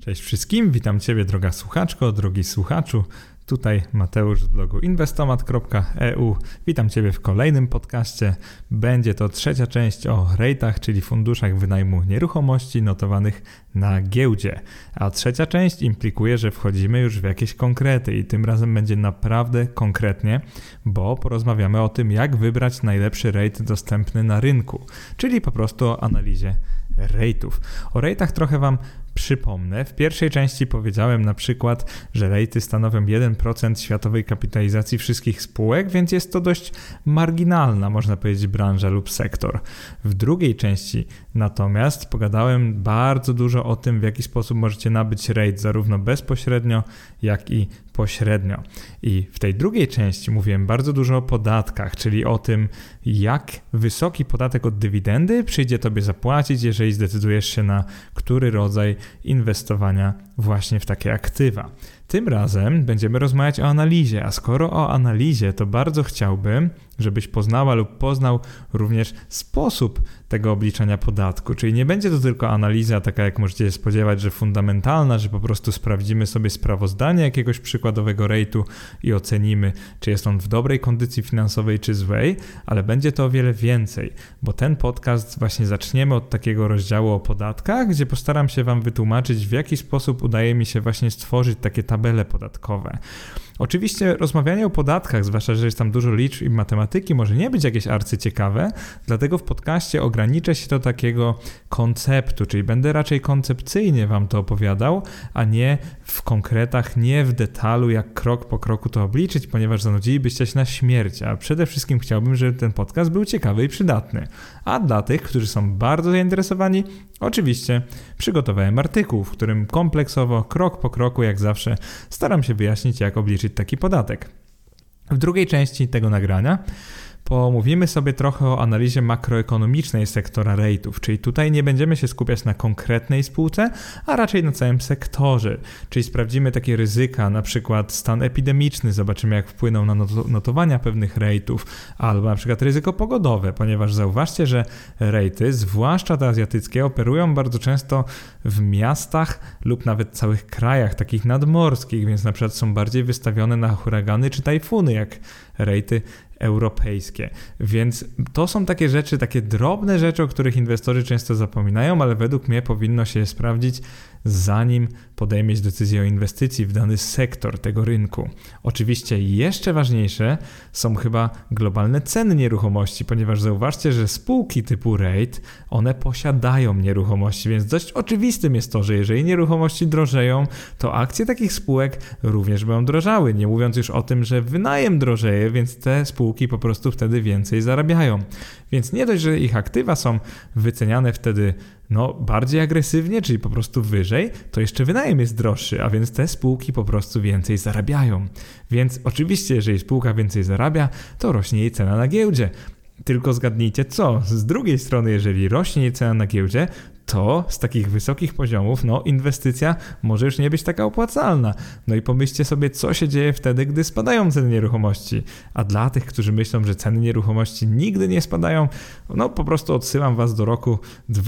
Cześć wszystkim, witam Ciebie droga słuchaczko, drogi słuchaczu. Tutaj Mateusz z blogu inwestomat.eu. Witam Ciebie w kolejnym podcaście. Będzie to trzecia część o REIT-ach, czyli funduszach wynajmu nieruchomości notowanych na giełdzie. A trzecia część implikuje, że wchodzimy już w jakieś konkrety i tym razem będzie naprawdę konkretnie, bo porozmawiamy o tym, jak wybrać najlepszy REIT dostępny na rynku, czyli po prostu o analizie REIT-ów. O REIT-ach trochę Wam przypomnę. W pierwszej części powiedziałem na przykład, że REIT-y stanowią 1% światowej kapitalizacji wszystkich spółek, więc jest to dość marginalna, można powiedzieć, branża lub sektor. W drugiej części natomiast pogadałem bardzo dużo o tym, w jaki sposób możecie nabyć REIT, zarówno bezpośrednio, jak i pośrednio. I w tej drugiej części mówiłem bardzo dużo o podatkach, czyli o tym, jak wysoki podatek od dywidendy przyjdzie Tobie zapłacić, jeżeli zdecydujesz się na który rodzaj inwestowania właśnie w takie aktywa. Tym razem będziemy rozmawiać o analizie, a skoro o analizie, to bardzo chciałbym, żebyś poznała lub poznał również sposób tego obliczania podatku, czyli nie będzie to tylko analiza taka, jak możecie się spodziewać, że fundamentalna, że po prostu sprawdzimy sobie sprawozdanie jakiegoś przykładowego REIT-u i ocenimy, czy jest on w dobrej kondycji finansowej, czy złej, ale będzie to o wiele więcej, bo ten podcast właśnie zaczniemy od takiego rozdziału o podatkach, gdzie postaram się Wam wytłumaczyć, w jaki sposób udaje mi się właśnie stworzyć takie tabele podatkowe. Oczywiście rozmawianie o podatkach, zwłaszcza, że jest tam dużo liczb i matematyki, może nie być jakieś arcyciekawe, dlatego w podcaście ograniczę się do takiego konceptu, czyli będę raczej koncepcyjnie Wam to opowiadał, a nie w konkretach, nie w detalu, jak krok po kroku to obliczyć, ponieważ zanudzilibyście się na śmierć, a przede wszystkim chciałbym, żeby ten podcast był ciekawy i przydatny. A dla tych, którzy są bardzo zainteresowani, oczywiście przygotowałem artykuł, w którym kompleksowo, krok po kroku, jak zawsze, staram się wyjaśnić, jak obliczyć taki podatek. W drugiej części tego nagrania pomówimy sobie trochę o analizie makroekonomicznej sektora REIT-ów, czyli tutaj nie będziemy się skupiać na konkretnej spółce, a raczej na całym sektorze, czyli sprawdzimy takie ryzyka, na przykład stan epidemiczny, zobaczymy jak wpłyną na notowania pewnych REIT-ów, albo na przykład ryzyko pogodowe, ponieważ zauważcie, że REIT-y, zwłaszcza te azjatyckie, operują bardzo często w miastach lub nawet całych krajach takich nadmorskich, więc na przykład są bardziej wystawione na huragany czy tajfuny, jak REIT-y europejskie. Więc to są takie rzeczy, takie drobne rzeczy, o których inwestorzy często zapominają, ale według mnie powinno się je sprawdzić, zanim podejmiesz decyzję o inwestycji w dany sektor tego rynku. Oczywiście jeszcze ważniejsze są chyba globalne ceny nieruchomości, ponieważ zauważcie, że spółki typu REIT, one posiadają nieruchomości, więc dość oczywistym jest to, że jeżeli nieruchomości drożeją, to akcje takich spółek również będą drożały, nie mówiąc już o tym, że wynajem drożeje, więc te spółki po prostu wtedy więcej zarabiają. Więc nie dość, że ich aktywa są wyceniane wtedy bardziej agresywnie, czyli po prostu wyżej, to jeszcze wynajem jest droższy, a więc te spółki po prostu więcej zarabiają. Więc oczywiście, jeżeli spółka więcej zarabia, to rośnie jej cena na giełdzie. Tylko zgadnijcie co? Z drugiej strony, jeżeli rośnie jej cena na giełdzie, to z takich wysokich poziomów, inwestycja może już nie być taka opłacalna. I pomyślcie sobie, co się dzieje wtedy, gdy spadają ceny nieruchomości. A dla tych, którzy myślą, że ceny nieruchomości nigdy nie spadają, po prostu odsyłam Was do roku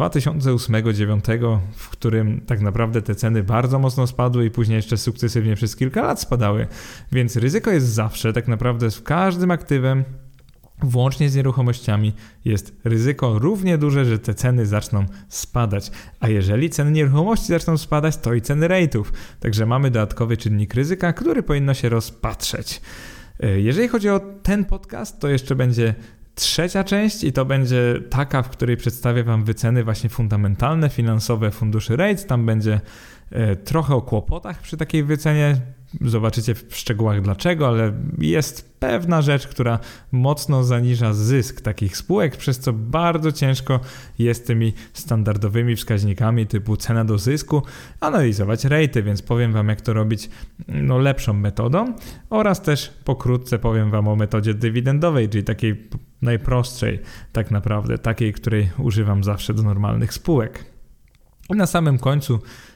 2008-2009, w którym tak naprawdę te ceny bardzo mocno spadły i później jeszcze sukcesywnie przez kilka lat spadały. Więc ryzyko jest zawsze, tak naprawdę z każdym aktywem, włącznie z nieruchomościami, jest ryzyko równie duże, że te ceny zaczną spadać. A jeżeli ceny nieruchomości zaczną spadać, to i ceny REIT-ów. Także mamy dodatkowy czynnik ryzyka, który powinno się rozpatrzeć. Jeżeli chodzi o ten podcast, to jeszcze będzie trzecia część i to będzie taka, w której przedstawię Wam wyceny właśnie fundamentalne, finansowe funduszy REIT. Tam będzie trochę o kłopotach przy takiej wycenie. Zobaczycie w szczegółach dlaczego, ale jest pewna rzecz, która mocno zaniża zysk takich spółek, przez co bardzo ciężko jest tymi standardowymi wskaźnikami typu cena do zysku analizować REIT-y, więc powiem Wam, jak to robić lepszą metodą oraz też pokrótce powiem Wam o metodzie dywidendowej, czyli takiej najprostszej tak naprawdę, takiej, której używam zawsze do normalnych spółek. I na samym końcu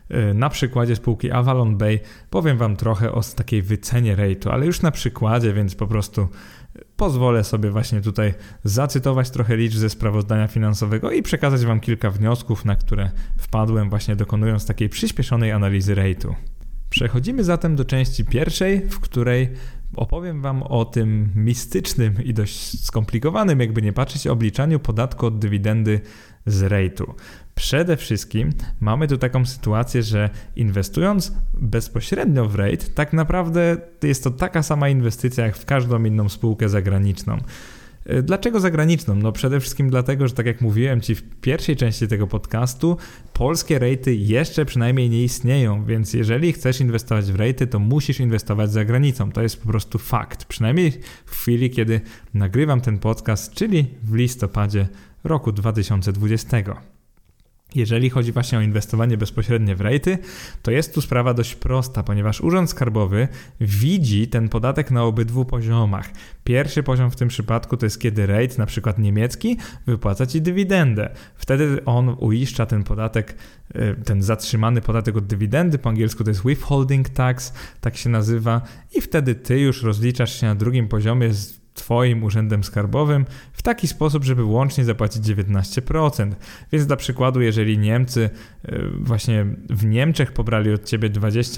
Na przykładzie spółki Avalon Bay powiem Wam trochę o takiej wycenie rate'u, ale już na przykładzie, więc po prostu pozwolę sobie właśnie tutaj zacytować trochę liczb ze sprawozdania finansowego i przekazać Wam kilka wniosków, na które wpadłem właśnie dokonując takiej przyspieszonej analizy rate'u. Przechodzimy zatem do części pierwszej, w której opowiem Wam o tym mistycznym i dość skomplikowanym, jakby nie patrzeć, obliczaniu podatku od dywidendy z rate'u. Przede wszystkim mamy tu taką sytuację, że inwestując bezpośrednio w rate, tak naprawdę jest to taka sama inwestycja jak w każdą inną spółkę zagraniczną. Dlaczego zagraniczną? No przede wszystkim dlatego, że tak jak mówiłem Ci w pierwszej części tego podcastu, polskie rate'y jeszcze przynajmniej nie istnieją, więc jeżeli chcesz inwestować w rate'y, to musisz inwestować za granicą. To jest po prostu fakt. Przynajmniej w chwili, kiedy nagrywam ten podcast, czyli w listopadzie roku 2020. Jeżeli chodzi właśnie o inwestowanie bezpośrednie w rate'y, to jest tu sprawa dość prosta, ponieważ Urząd Skarbowy widzi ten podatek na obydwu poziomach. Pierwszy poziom w tym przypadku to jest kiedy rate, na przykład niemiecki, wypłaca Ci dywidendę. Wtedy on uiszcza ten podatek, ten zatrzymany podatek od dywidendy, po angielsku to jest withholding tax, tak się nazywa, i wtedy Ty już rozliczasz się na drugim poziomie z Twoim urzędem skarbowym w taki sposób, żeby łącznie zapłacić 19%. Więc dla przykładu, jeżeli Niemcy właśnie w Niemczech pobrali od Ciebie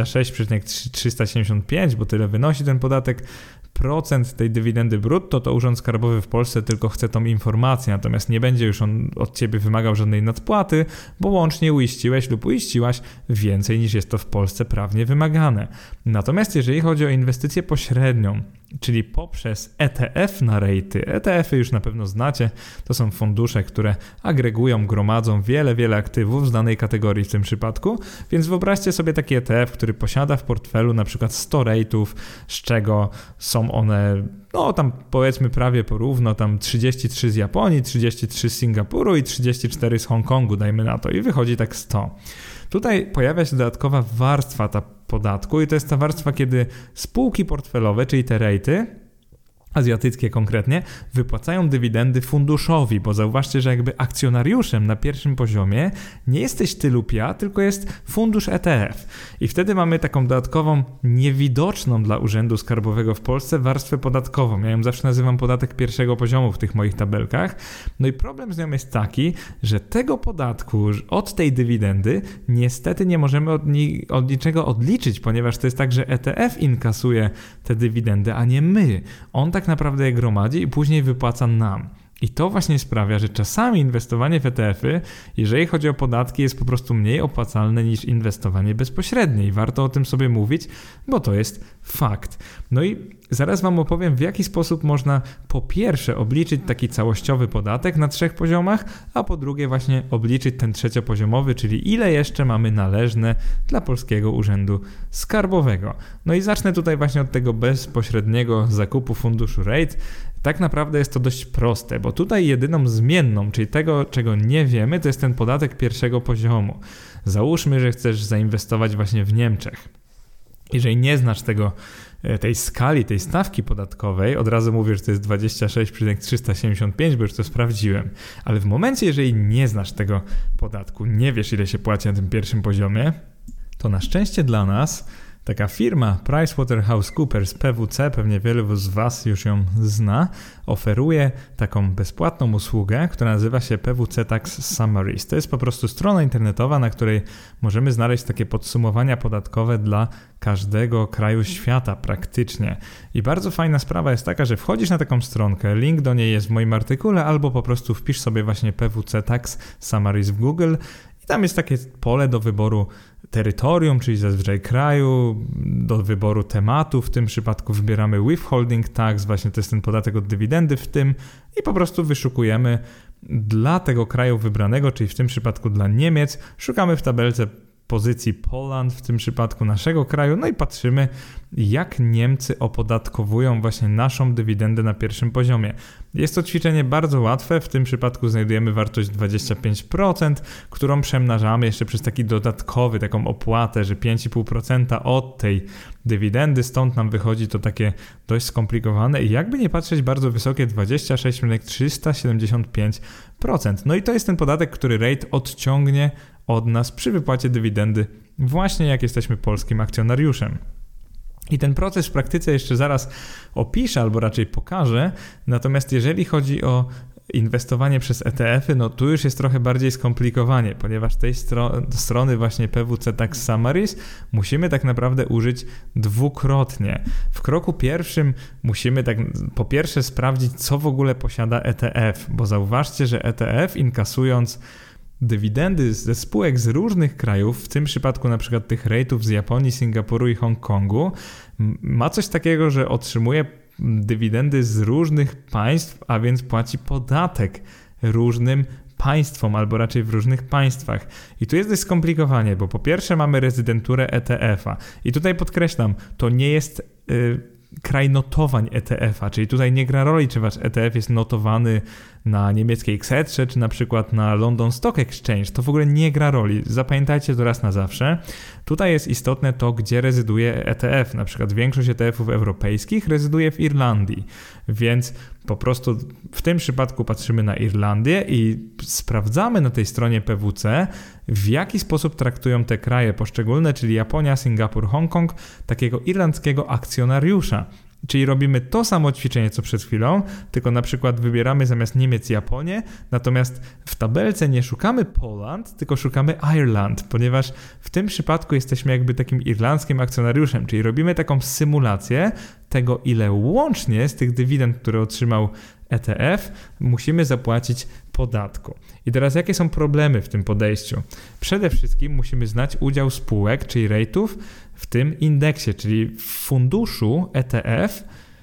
26,375, bo tyle wynosi ten podatek, procent tej dywidendy brutto, to Urząd Skarbowy w Polsce tylko chce tą informację, natomiast nie będzie już on od Ciebie wymagał żadnej nadpłaty, bo łącznie uiściłeś lub uiściłaś więcej niż jest to w Polsce prawnie wymagane. Natomiast jeżeli chodzi o inwestycję pośrednią, czyli poprzez ETF na rate'y. ETF-y już na pewno znacie, to są fundusze, które agregują, gromadzą wiele aktywów z danej kategorii w tym przypadku, więc wyobraźcie sobie taki ETF, który posiada w portfelu na przykład 100 rate'ów, z czego są one, no tam powiedzmy prawie porówno, tam 33 z Japonii, 33 z Singapuru i 34 z Hongkongu, dajmy na to, i wychodzi tak 100. Tutaj pojawia się dodatkowa warstwa podatku i to jest ta warstwa, kiedy spółki portfelowe, czyli te rate'y, azjatyckie konkretnie, wypłacają dywidendy funduszowi, bo zauważcie, że jakby akcjonariuszem na pierwszym poziomie nie jesteś Ty lub ja, tylko jest fundusz ETF. I wtedy mamy taką dodatkową, niewidoczną dla Urzędu Skarbowego w Polsce warstwę podatkową. Ja ją zawsze nazywam podatek pierwszego poziomu w tych moich tabelkach. No i problem z nią jest taki, że tego podatku od tej dywidendy niestety nie możemy od niczego odliczyć, ponieważ to jest tak, że ETF inkasuje te dywidendy, a nie my. On tak naprawdę je gromadzi i później wypłaca nam. I to właśnie sprawia, że czasami inwestowanie w ETF-y, jeżeli chodzi o podatki, jest po prostu mniej opłacalne niż inwestowanie bezpośrednie i warto o tym sobie mówić, bo to jest fakt. No i zaraz Wam opowiem, w jaki sposób można po pierwsze obliczyć taki całościowy podatek na 3 poziomach, a po drugie właśnie obliczyć ten trzeciopoziomowy, czyli ile jeszcze mamy należne dla Polskiego Urzędu Skarbowego. No i zacznę tutaj właśnie od tego bezpośredniego zakupu funduszu rate. Tak naprawdę jest to dość proste, bo tutaj jedyną zmienną, czyli tego, czego nie wiemy, to jest ten podatek pierwszego poziomu. Załóżmy, że chcesz zainwestować właśnie w Niemczech. Jeżeli nie znasz tej skali, tej stawki podatkowej, od razu mówię, że to jest 26,375, bo już to sprawdziłem. Ale w momencie, jeżeli nie znasz tego podatku, nie wiesz, ile się płaci na tym pierwszym poziomie, to na szczęście dla nas taka firma PricewaterhouseCoopers PwC, pewnie wielu z Was już ją zna, oferuje taką bezpłatną usługę, która nazywa się PwC Tax Summaries. To jest po prostu strona internetowa, na której możemy znaleźć takie podsumowania podatkowe dla każdego kraju świata praktycznie. I bardzo fajna sprawa jest taka, że wchodzisz na taką stronkę, link do niej jest w moim artykule, albo po prostu wpisz sobie właśnie PwC Tax Summaries w Google i tam jest takie pole do wyboru terytorium, czyli zazwyczaj kraju, do wyboru tematu. W tym przypadku wybieramy withholding tax, właśnie to jest ten podatek od dywidendy w tym i po prostu wyszukujemy dla tego kraju wybranego, czyli w tym przypadku dla Niemiec, szukamy w tabelce pozycji Poland, w tym przypadku naszego kraju, no i patrzymy, jak Niemcy opodatkowują właśnie naszą dywidendę na pierwszym poziomie. Jest to ćwiczenie bardzo łatwe, w tym przypadku znajdujemy wartość 25%, którą przemnażamy jeszcze przez taki dodatkowy, taką opłatę, że 5,5% od tej dywidendy, stąd nam wychodzi to takie dość skomplikowane i jakby nie patrzeć bardzo wysokie 26,375%. No i to jest ten podatek, który rate odciągnie od nas przy wypłacie dywidendy właśnie jak jesteśmy polskim akcjonariuszem. I ten proces w praktyce jeszcze zaraz opiszę, albo raczej pokażę, natomiast jeżeli chodzi o inwestowanie przez ETF-y, no tu już jest trochę bardziej skomplikowanie, ponieważ tej strony właśnie PWC Tax Summaries musimy tak naprawdę użyć dwukrotnie. W kroku pierwszym musimy po pierwsze sprawdzić, co w ogóle posiada ETF, bo zauważcie, że ETF inkasując dywidendy ze spółek z różnych krajów, w tym przypadku na przykład tych REIT-ów z Japonii, Singapuru i Hongkongu, ma coś takiego, że otrzymuje dywidendy z różnych państw, a więc płaci podatek różnym państwom, albo raczej w różnych państwach. I tu jest dość skomplikowanie, bo po pierwsze mamy rezydenturę ETF-a i tutaj podkreślam, to nie jest kraj notowań ETF-a, czyli tutaj nie gra roli, czy wasz ETF jest notowany na niemieckiej Xetrze, czy na przykład na London Stock Exchange. To w ogóle nie gra roli. Zapamiętajcie to raz na zawsze. Tutaj jest istotne to, gdzie rezyduje ETF. Na przykład większość ETF-ów europejskich rezyduje w Irlandii, więc po prostu w tym przypadku patrzymy na Irlandię i sprawdzamy na tej stronie PWC, w jaki sposób traktują te kraje poszczególne, czyli Japonia, Singapur, Hongkong, takiego irlandzkiego akcjonariusza. Czyli robimy to samo ćwiczenie co przed chwilą, tylko na przykład wybieramy zamiast Niemiec Japonię, natomiast w tabelce nie szukamy Poland, tylko szukamy Ireland, ponieważ w tym przypadku jesteśmy jakby takim irlandzkim akcjonariuszem, czyli robimy taką symulację tego, ile łącznie z tych dywidend, które otrzymał ETF, musimy zapłacić podatku. I teraz jakie są problemy w tym podejściu? Przede wszystkim musimy znać udział spółek, czyli REIT-ów w tym indeksie, czyli w funduszu ETF,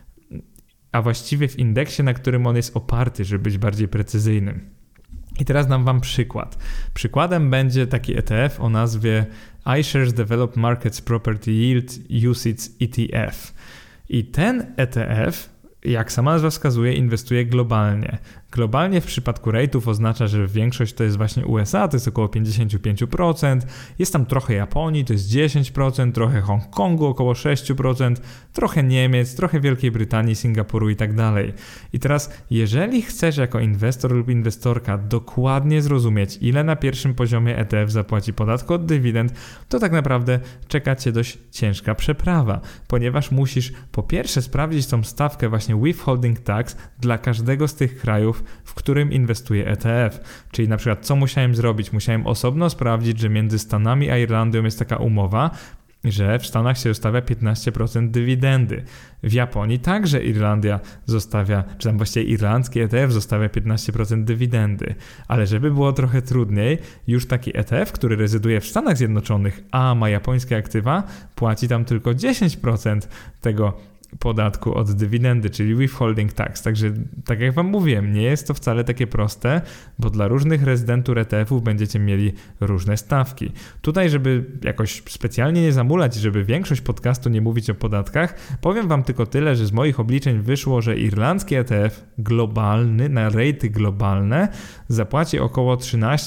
a właściwie w indeksie, na którym on jest oparty, żeby być bardziej precyzyjnym. I teraz dam wam przykład. Przykładem będzie taki ETF o nazwie iShares Developed Markets Property Yield UCITS ETF. I ten ETF, jak sama nazwa wskazuje, inwestuje globalnie. Globalnie w przypadku REIT-ów oznacza, że większość to jest właśnie USA, to jest około 55%, jest tam trochę Japonii, to jest 10%, trochę Hongkongu, około 6%, trochę Niemiec, trochę Wielkiej Brytanii, Singapuru i tak dalej. I teraz, jeżeli chcesz jako inwestor lub inwestorka dokładnie zrozumieć, ile na pierwszym poziomie ETF zapłaci podatku od dywidend, to tak naprawdę czeka cię dość ciężka przeprawa, ponieważ musisz po pierwsze sprawdzić tą stawkę właśnie withholding tax dla każdego z tych krajów, w którym inwestuje ETF. Czyli na przykład co musiałem zrobić? Musiałem osobno sprawdzić, że między Stanami a Irlandią jest taka umowa, że w Stanach się zostawia 15% dywidendy. W Japonii także Irlandia zostawia, czy tam właściwie irlandzki ETF zostawia 15% dywidendy. Ale żeby było trochę trudniej, już taki ETF, który rezyduje w Stanach Zjednoczonych, a ma japońskie aktywa, płaci tam tylko 10% tego podatku od dywidendy, czyli withholding tax. Także tak jak wam mówiłem, nie jest to wcale takie proste, bo dla różnych rezydentur ETF-ów będziecie mieli różne stawki. Tutaj, żeby jakoś specjalnie nie zamulać, żeby większość podcastu nie mówić o podatkach, powiem wam tylko tyle, że z moich obliczeń wyszło, że irlandzki ETF globalny, na rejty globalne zapłaci około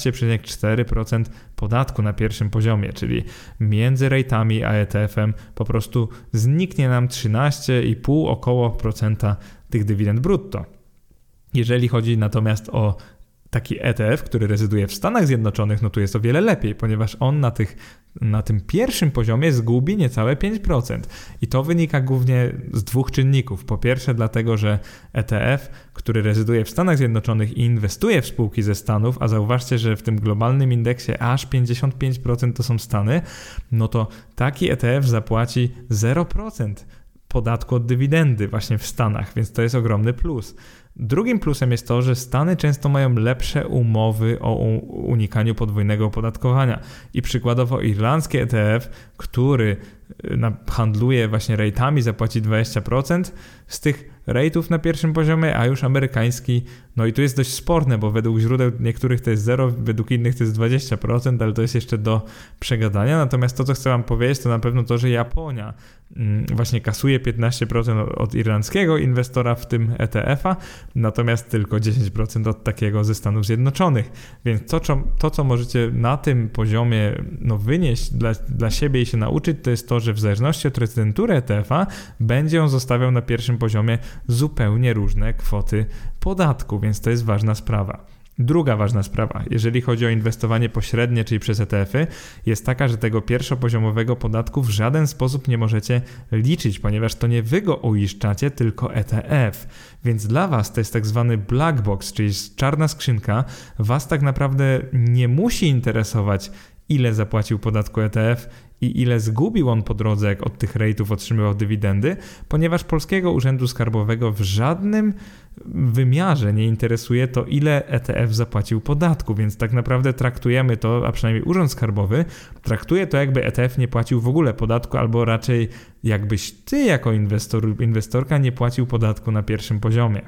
13,4% podatku na pierwszym poziomie, czyli między rejtami a ETF-em po prostu zniknie nam 13,5 około procenta tych dywidend brutto. Jeżeli chodzi natomiast o taki ETF, który rezyduje w Stanach Zjednoczonych, no tu jest o wiele lepiej, ponieważ on na tym pierwszym poziomie zgubi niecałe 5%. I to wynika głównie z dwóch czynników. Po pierwsze dlatego, że ETF, który rezyduje w Stanach Zjednoczonych i inwestuje w spółki ze Stanów, a zauważcie, że w tym globalnym indeksie aż 55% to są Stany, no to taki ETF zapłaci 0% podatku od dywidendy właśnie w Stanach, więc to jest ogromny plus. Drugim plusem jest to, że Stany często mają lepsze umowy o unikaniu podwójnego opodatkowania i przykładowo irlandzki ETF, który handluje właśnie rejtami, zapłaci 20% z tych rejtów na pierwszym poziomie, a już amerykański, no i tu jest dość sporne, bo według źródeł niektórych to jest 0, według innych to jest 20%, ale to jest jeszcze do przegadania. Natomiast to, co chcę wam powiedzieć, to na pewno to, że Japonia właśnie kasuje 15% od irlandzkiego inwestora w tym ETF-a, natomiast tylko 10% od takiego ze Stanów Zjednoczonych. Więc to, co możecie na tym poziomie wynieść dla siebie i się nauczyć, to jest to, że w zależności od rezydentury ETF-a będzie on zostawiał na pierwszym poziomie zupełnie różne kwoty podatku, więc to jest ważna sprawa. Druga ważna sprawa, jeżeli chodzi o inwestowanie pośrednie, czyli przez ETF-y, jest taka, że tego pierwszopoziomowego podatku w żaden sposób nie możecie liczyć, ponieważ to nie wy go uiszczacie, tylko ETF. Więc dla was to jest tak zwany black box, czyli czarna skrzynka. Was tak naprawdę nie musi interesować, ile zapłacił podatku ETF i ile zgubił on po drodze, jak od tych rejtów otrzymywał dywidendy, ponieważ Polskiego Urzędu Skarbowego w żadnym wymiarze nie interesuje to, ile ETF zapłacił podatku, więc tak naprawdę traktujemy to, a przynajmniej Urząd Skarbowy traktuje to, jakby ETF nie płacił w ogóle podatku, albo raczej jakbyś ty jako inwestorka nie płacił podatku na pierwszym poziomie.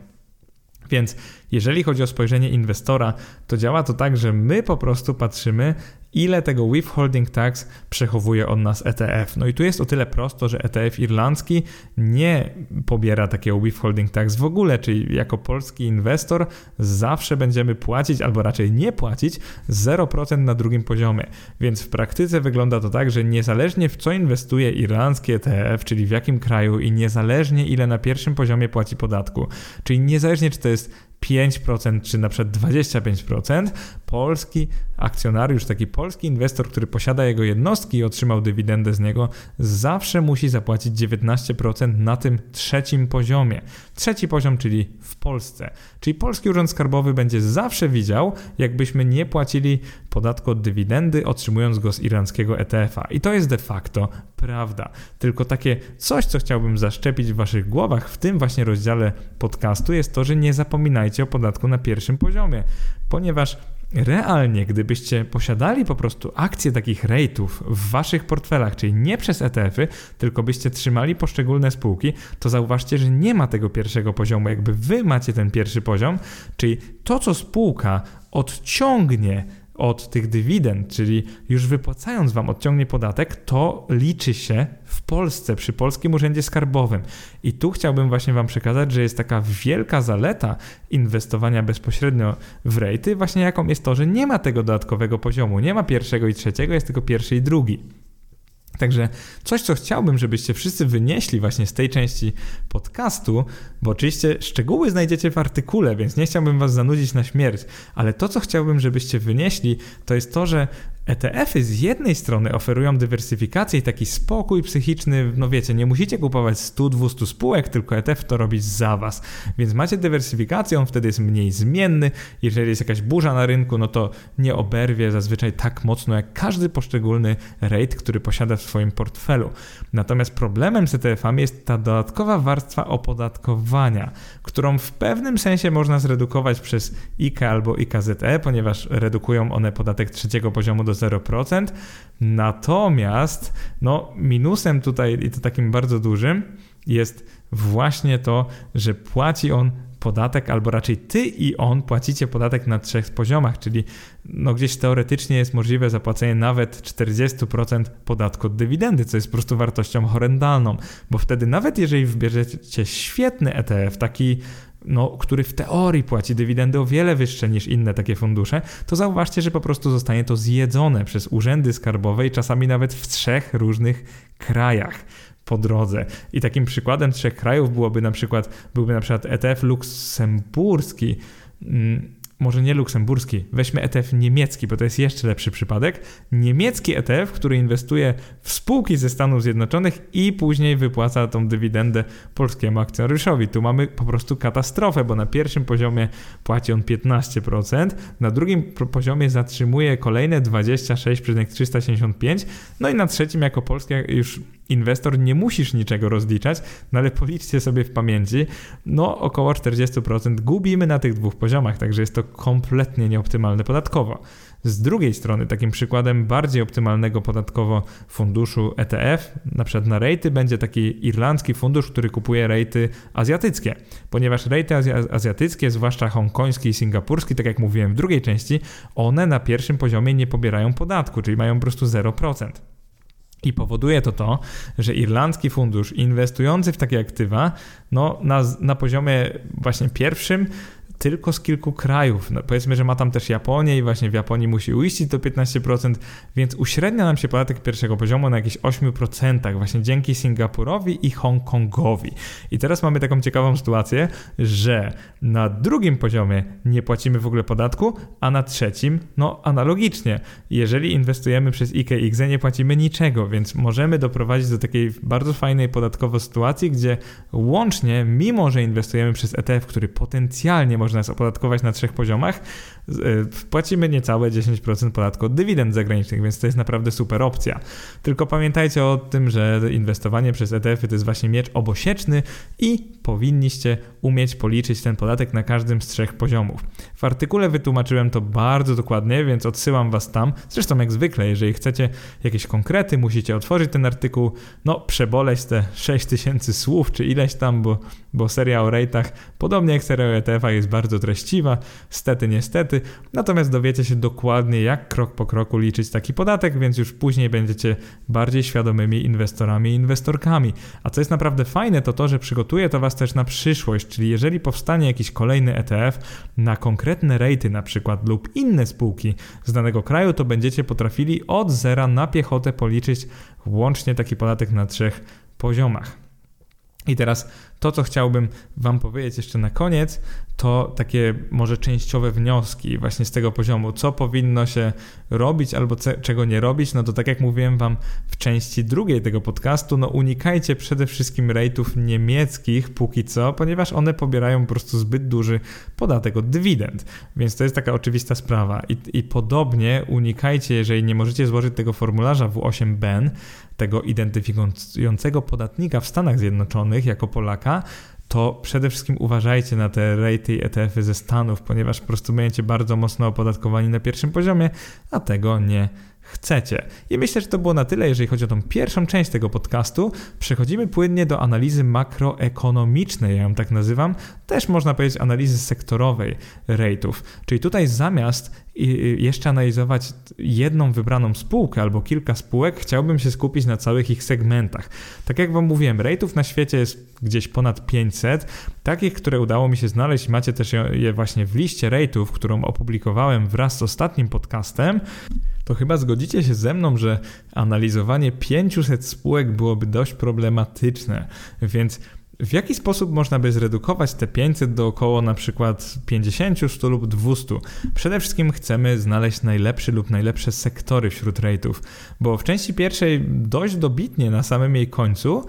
Więc jeżeli chodzi o spojrzenie inwestora, to działa to tak, że my po prostu patrzymy, ile tego withholding tax przechowuje od nas ETF. No i tu jest o tyle prosto, że ETF irlandzki nie pobiera takiego withholding tax w ogóle, czyli jako polski inwestor zawsze będziemy płacić, albo raczej nie płacić 0% na drugim poziomie. Więc w praktyce wygląda to tak, że niezależnie w co inwestuje irlandzki ETF, czyli w jakim kraju i niezależnie ile na pierwszym poziomie płaci podatku, czyli niezależnie czy to jest 5% czy na przykład 25%, polski akcjonariusz, taki polski inwestor, który posiada jego jednostki i otrzymał dywidendę z niego, zawsze musi zapłacić 19% na tym trzecim poziomie. Trzeci poziom, czyli w Polsce. Czyli Polski Urząd Skarbowy będzie zawsze widział, jakbyśmy nie płacili podatku od dywidendy, otrzymując go z irlandzkiego ETF-a. I to jest de facto prawda. Tylko takie coś, co chciałbym zaszczepić w waszych głowach w tym właśnie rozdziale podcastu, jest to, że nie zapominajcie o podatku na pierwszym poziomie, ponieważ realnie, gdybyście posiadali po prostu akcje takich rejtów w waszych portfelach, czyli nie przez ETF-y, tylko byście trzymali poszczególne spółki, to zauważcie, że nie ma tego pierwszego poziomu, jakby wy macie ten pierwszy poziom, czyli to, co spółka odciągnie od tych dywidend, czyli już wypłacając wam odciągnie podatek, to liczy się w Polsce, przy Polskim Urzędzie Skarbowym. I tu chciałbym właśnie wam przekazać, że jest taka wielka zaleta inwestowania bezpośrednio w rejty, właśnie jaką jest to, że nie ma tego dodatkowego poziomu, nie ma pierwszego i trzeciego, jest tylko pierwszy i drugi. Także coś, co chciałbym, żebyście wszyscy wynieśli właśnie z tej części podcastu, bo oczywiście szczegóły znajdziecie w artykule, więc nie chciałbym was zanudzić na śmierć, ale to, co chciałbym, żebyście wynieśli, to jest to, że ETF-y z jednej strony oferują dywersyfikację i taki spokój psychiczny, no wiecie, nie musicie kupować 100-200 spółek, tylko ETF to robi za was, więc macie dywersyfikację, on wtedy jest mniej zmienny, jeżeli jest jakaś burza na rynku, no to nie oberwie zazwyczaj tak mocno jak każdy poszczególny rate, który posiada w swoim portfelu. Natomiast problemem z ETF-ami jest ta dodatkowa warstwa opodatkowania, którą w pewnym sensie można zredukować przez IKE albo IKZE, ponieważ redukują one podatek trzeciego poziomu do 0%. Natomiast minusem tutaj, i to takim bardzo dużym, jest właśnie to, że płaci on podatek, albo raczej ty i on płacicie podatek na 3 poziomach, czyli gdzieś teoretycznie jest możliwe zapłacenie nawet 40% podatku od dywidendy, co jest po prostu wartością horrendalną, bo wtedy nawet jeżeli wybierzecie świetny ETF, taki który w teorii płaci dywidendy o wiele wyższe niż inne takie fundusze, to zauważcie, że po prostu zostanie to zjedzone przez urzędy skarbowe i czasami nawet w 3 różnych krajach po drodze. I takim przykładem 3 krajów byłby na przykład ETF luksemburski, może nie luksemburski, weźmy ETF niemiecki, bo to jest jeszcze lepszy przypadek. Niemiecki ETF, który inwestuje w spółki ze Stanów Zjednoczonych i później wypłaca tą dywidendę polskiemu akcjonariuszowi. Tu mamy po prostu katastrofę, bo na pierwszym poziomie płaci on 15%, na drugim poziomie zatrzymuje kolejne 26,375, no i na trzecim jako polski już inwestor nie musisz niczego rozliczać, ale policzcie sobie w pamięci, około 40% gubimy na tych 2 poziomach, także jest to kompletnie nieoptymalne podatkowo. Z drugiej strony, takim przykładem bardziej optymalnego podatkowo funduszu ETF, na przykład na rejty, będzie taki irlandzki fundusz, który kupuje rejty azjatyckie, ponieważ rejty azjatyckie, zwłaszcza hongkoński i singapurski, tak jak mówiłem w drugiej części, one na pierwszym poziomie nie pobierają podatku, czyli mają po prostu 0%. I powoduje to, że irlandzki fundusz inwestujący w takie aktywa, na poziomie właśnie pierwszym, tylko z kilku krajów. No, powiedzmy, że ma tam też Japonię i właśnie w Japonii musi uiścić to 15%, więc uśrednia nam się podatek pierwszego poziomu na jakieś 8% właśnie dzięki Singapurowi i Hongkongowi. I teraz mamy taką ciekawą sytuację, że na drugim poziomie nie płacimy w ogóle podatku, a na trzecim, no analogicznie. Jeżeli inwestujemy przez IKE nie płacimy niczego, więc możemy doprowadzić do takiej bardzo fajnej podatkowo sytuacji, gdzie łącznie, mimo że inwestujemy przez ETF, który potencjalnie można nas opodatkować na 3 poziomach, płacimy niecałe 10% podatku od dywidend zagranicznych, więc to jest naprawdę super opcja. Tylko pamiętajcie o tym, że inwestowanie przez ETF-y to jest właśnie miecz obosieczny i powinniście umieć policzyć ten podatek na każdym z 3 poziomów. W artykule wytłumaczyłem to bardzo dokładnie, więc odsyłam Was tam. Zresztą jak zwykle, jeżeli chcecie jakieś konkrety, musicie otworzyć ten artykuł, przeboleć te 6000 słów, czy ileś tam, bo seria o rejtach, podobnie jak seria o ETF-ach, jest bardzo treściwa, niestety, natomiast dowiecie się dokładnie, jak krok po kroku liczyć taki podatek, więc już później będziecie bardziej świadomymi inwestorami i inwestorkami. A co jest naprawdę fajne, to to, że przygotuje to Was też na przyszłość, czyli jeżeli powstanie jakiś kolejny ETF na konkretne rejty na przykład lub inne spółki z danego kraju, to będziecie potrafili od zera na piechotę policzyć łącznie taki podatek na 3 poziomach. I teraz to, co chciałbym Wam powiedzieć jeszcze na koniec, to takie może częściowe wnioski właśnie z tego poziomu, co powinno się robić albo czego nie robić. No to tak jak mówiłem Wam w części drugiej tego podcastu, unikajcie przede wszystkim rejtów niemieckich póki co, ponieważ one pobierają po prostu zbyt duży podatek od dywidend, więc to jest taka oczywista sprawa. I podobnie unikajcie, jeżeli nie możecie złożyć tego formularza W8BEN, tego identyfikującego podatnika w Stanach Zjednoczonych jako Polaka, to przede wszystkim uważajcie na te rejty i ETF-y ze Stanów, ponieważ po prostu będziecie bardzo mocno opodatkowani na pierwszym poziomie, a tego nie chcecie. I myślę, że to było na tyle, jeżeli chodzi o tą pierwszą część tego podcastu. Przechodzimy płynnie do analizy makroekonomicznej, ja ją tak nazywam, też można powiedzieć analizy sektorowej rejtów. Czyli tutaj zamiast jeszcze analizować jedną wybraną spółkę albo kilka spółek, chciałbym się skupić na całych ich segmentach. Tak jak Wam mówiłem, rejtów na świecie jest gdzieś ponad 500, takich, które udało mi się znaleźć, macie też je właśnie w liście rejtów, którą opublikowałem wraz z ostatnim podcastem. To chyba zgodzicie się ze mną, że analizowanie 500 spółek byłoby dość problematyczne, więc w jaki sposób można by zredukować te 500 do około na przykład 50, 100 lub 200? Przede wszystkim chcemy znaleźć najlepszy lub najlepsze sektory wśród rejtów, bo w części pierwszej dość dobitnie na samym jej końcu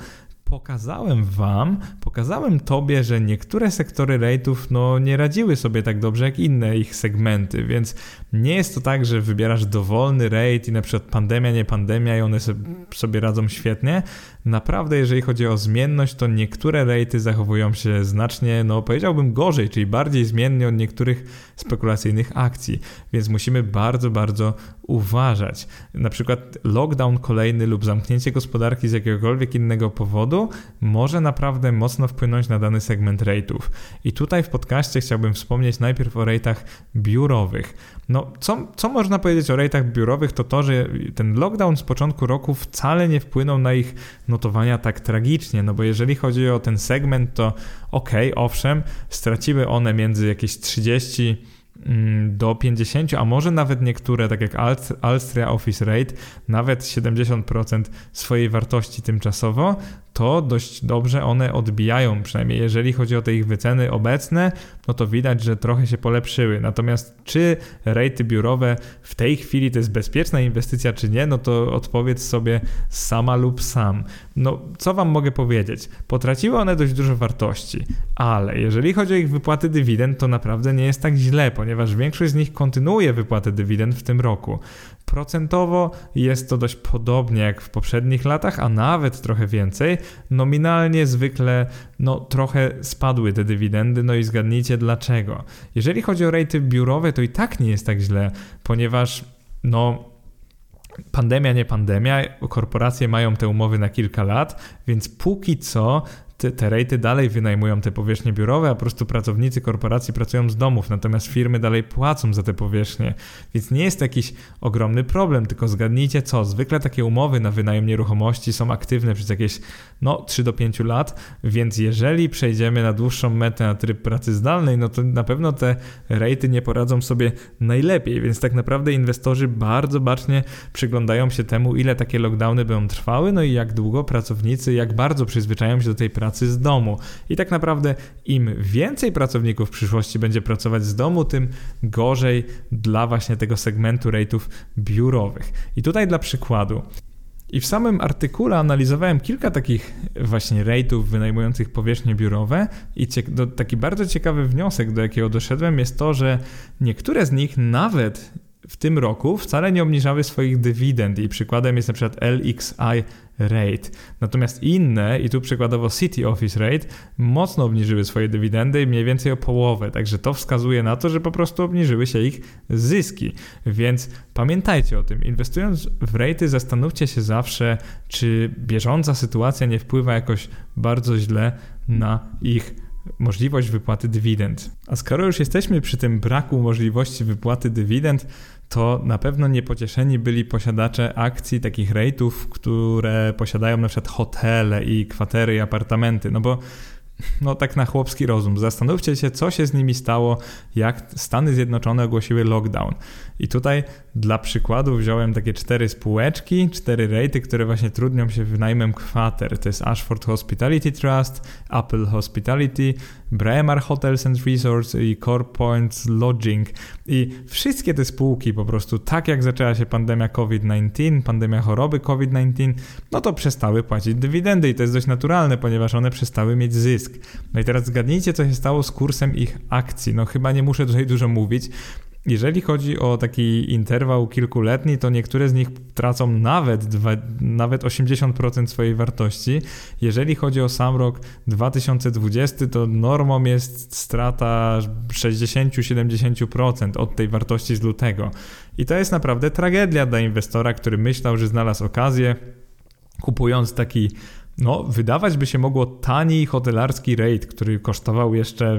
pokazałem Tobie, że niektóre sektory rejtów nie radziły sobie tak dobrze jak inne ich segmenty, więc nie jest to tak, że wybierasz dowolny rejt i na przykład pandemia, nie pandemia i one sobie radzą świetnie. Naprawdę, jeżeli chodzi o zmienność, to niektóre rejty zachowują się znacznie, powiedziałbym gorzej, czyli bardziej zmiennie od niektórych spekulacyjnych akcji, więc musimy bardzo, bardzo uważać. Na przykład lockdown kolejny lub zamknięcie gospodarki z jakiegokolwiek innego powodu może naprawdę mocno wpłynąć na dany segment rejtów. I tutaj w podcaście chciałbym wspomnieć najpierw o rejtach biurowych. Co można powiedzieć o rejtach biurowych, to, że ten lockdown z początku roku wcale nie wpłynął na ich notowania tak tragicznie, bo jeżeli chodzi o ten segment, to owszem, straciły one między jakieś 30 do 50, a może nawet niektóre, tak jak Alstria Office Rate, nawet 70% swojej wartości tymczasowo, to dość dobrze one odbijają, przynajmniej jeżeli chodzi o te ich wyceny obecne, to widać, że trochę się polepszyły. Natomiast czy rejty biurowe w tej chwili to jest bezpieczna inwestycja, czy nie, to odpowiedz sobie sama lub sam. Co Wam mogę powiedzieć? Potraciły one dość dużo wartości, ale jeżeli chodzi o ich wypłaty dywidend, to naprawdę nie jest tak źle, ponieważ większość z nich kontynuuje wypłatę dywidend w tym roku. Procentowo jest to dość podobnie jak w poprzednich latach, a nawet trochę więcej. Nominalnie zwykle trochę spadły te dywidendy, i zgadnijcie dlaczego. Jeżeli chodzi o rejty biurowe, to i tak nie jest tak źle, ponieważ pandemia, nie pandemia, korporacje mają te umowy na kilka lat, więc póki co te rejty dalej wynajmują te powierzchnie biurowe, a po prostu pracownicy korporacji pracują z domów, natomiast firmy dalej płacą za te powierzchnie, więc nie jest to jakiś ogromny problem, tylko zgadnijcie co, zwykle takie umowy na wynajem nieruchomości są aktywne przez jakieś 3 do 5 lat, więc jeżeli przejdziemy na dłuższą metę na tryb pracy zdalnej, no to na pewno te rejty nie poradzą sobie najlepiej, więc tak naprawdę inwestorzy bardzo bacznie przyglądają się temu, ile takie lockdowny będą trwały, no i jak długo pracownicy, jak bardzo przyzwyczają się do tej pracy z domu. I tak naprawdę im więcej pracowników w przyszłości będzie pracować z domu, tym gorzej dla właśnie tego segmentu rejtów biurowych. I tutaj dla przykładu. I w samym artykule analizowałem kilka takich właśnie rejtów wynajmujących powierzchnie biurowe i taki bardzo ciekawy wniosek, do jakiego doszedłem, jest to, że niektóre z nich nawet w tym roku wcale nie obniżały swoich dywidend i przykładem jest na przykład LXI Rate. Natomiast inne, i tu przykładowo City Office Rate, mocno obniżyły swoje dywidendy, mniej więcej o połowę. Także to wskazuje na to, że po prostu obniżyły się ich zyski. Więc pamiętajcie o tym. Inwestując w rejty, zastanówcie się zawsze, czy bieżąca sytuacja nie wpływa jakoś bardzo źle na ich możliwość wypłaty dywidend. A skoro już jesteśmy przy tym braku możliwości wypłaty dywidend, to na pewno niepocieszeni byli posiadacze akcji takich rejtów, które posiadają na przykład hotele i kwatery i apartamenty, no bo tak na chłopski rozum. Zastanówcie się, co się z nimi stało, jak Stany Zjednoczone ogłosiły lockdown. I tutaj dla przykładu wziąłem takie 4 spółeczki, 4 rejty, które właśnie trudnią się wynajmem kwater. To jest Ashford Hospitality Trust, Apple Hospitality, Braemar Hotels and Resorts i Core Points Lodging. I wszystkie te spółki po prostu, tak jak zaczęła się pandemia COVID-19, pandemia choroby COVID-19, no to przestały płacić dywidendy i to jest dość naturalne, ponieważ one przestały mieć zysk. No i teraz zgadnijcie, co się stało z kursem ich akcji. No chyba nie muszę tutaj dużo mówić. Jeżeli chodzi o taki interwał kilkuletni, to niektóre z nich tracą nawet 80% swojej wartości. Jeżeli chodzi o sam rok 2020, to normą jest strata 60-70% od tej wartości z lutego. I to jest naprawdę tragedia dla inwestora, który myślał, że znalazł okazję, kupując taki wydawać by się mogło tani hotelarski rate, który kosztował jeszcze,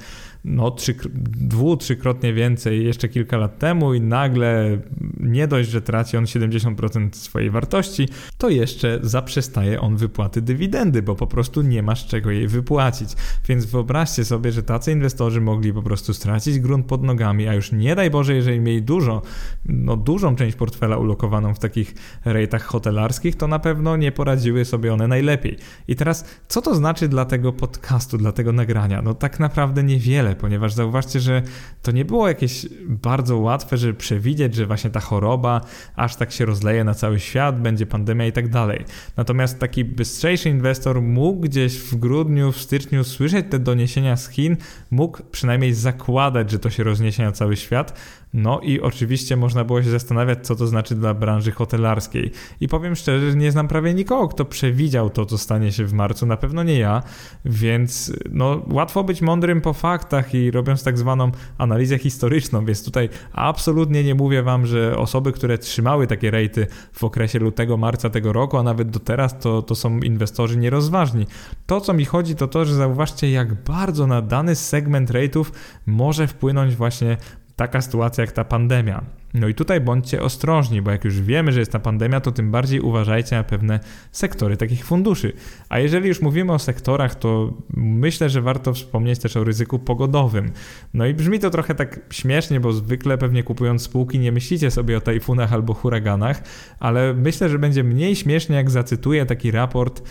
2-3-krotnie więcej jeszcze kilka lat temu i nagle nie dość, że traci on 70% swojej wartości, to jeszcze zaprzestaje on wypłaty dywidendy, bo po prostu nie ma z czego jej wypłacić. Więc wyobraźcie sobie, że tacy inwestorzy mogli po prostu stracić grunt pod nogami, a już nie daj Boże, jeżeli mieli dużą część portfela ulokowaną w takich rejtach hotelarskich, to na pewno nie poradziły sobie one najlepiej. I teraz, co to znaczy dla tego podcastu, dla tego nagrania? Tak naprawdę niewiele, ponieważ zauważcie, że to nie było jakieś bardzo łatwe, żeby przewidzieć, że właśnie ta choroba aż tak się rozleje na cały świat, będzie pandemia i tak dalej. Natomiast taki bystrzejszy inwestor mógł gdzieś w grudniu, w styczniu słyszeć te doniesienia z Chin, mógł przynajmniej zakładać, że to się rozniesie na cały świat. No i oczywiście można było się zastanawiać, co to znaczy dla branży hotelarskiej. I powiem szczerze, że nie znam prawie nikogo, kto przewidział to, co stanie się w marcu. Na pewno nie ja, więc łatwo być mądrym po faktach i robiąc tak zwaną analizę historyczną, więc tutaj absolutnie nie mówię wam, że osoby, które trzymały takie rejty w okresie lutego, marca tego roku, a nawet do teraz, to są inwestorzy nierozważni. To, co mi chodzi, to to, że zauważcie, jak bardzo na dany segment rejtów może wpłynąć właśnie taka sytuacja jak ta pandemia. No i tutaj bądźcie ostrożni, bo jak już wiemy, że jest ta pandemia, to tym bardziej uważajcie na pewne sektory takich funduszy. A jeżeli już mówimy o sektorach, to myślę, że warto wspomnieć też o ryzyku pogodowym. No i brzmi to trochę tak śmiesznie, bo zwykle pewnie kupując spółki nie myślicie sobie o tajfunach albo huraganach, ale myślę, że będzie mniej śmiesznie, jak zacytuję taki raport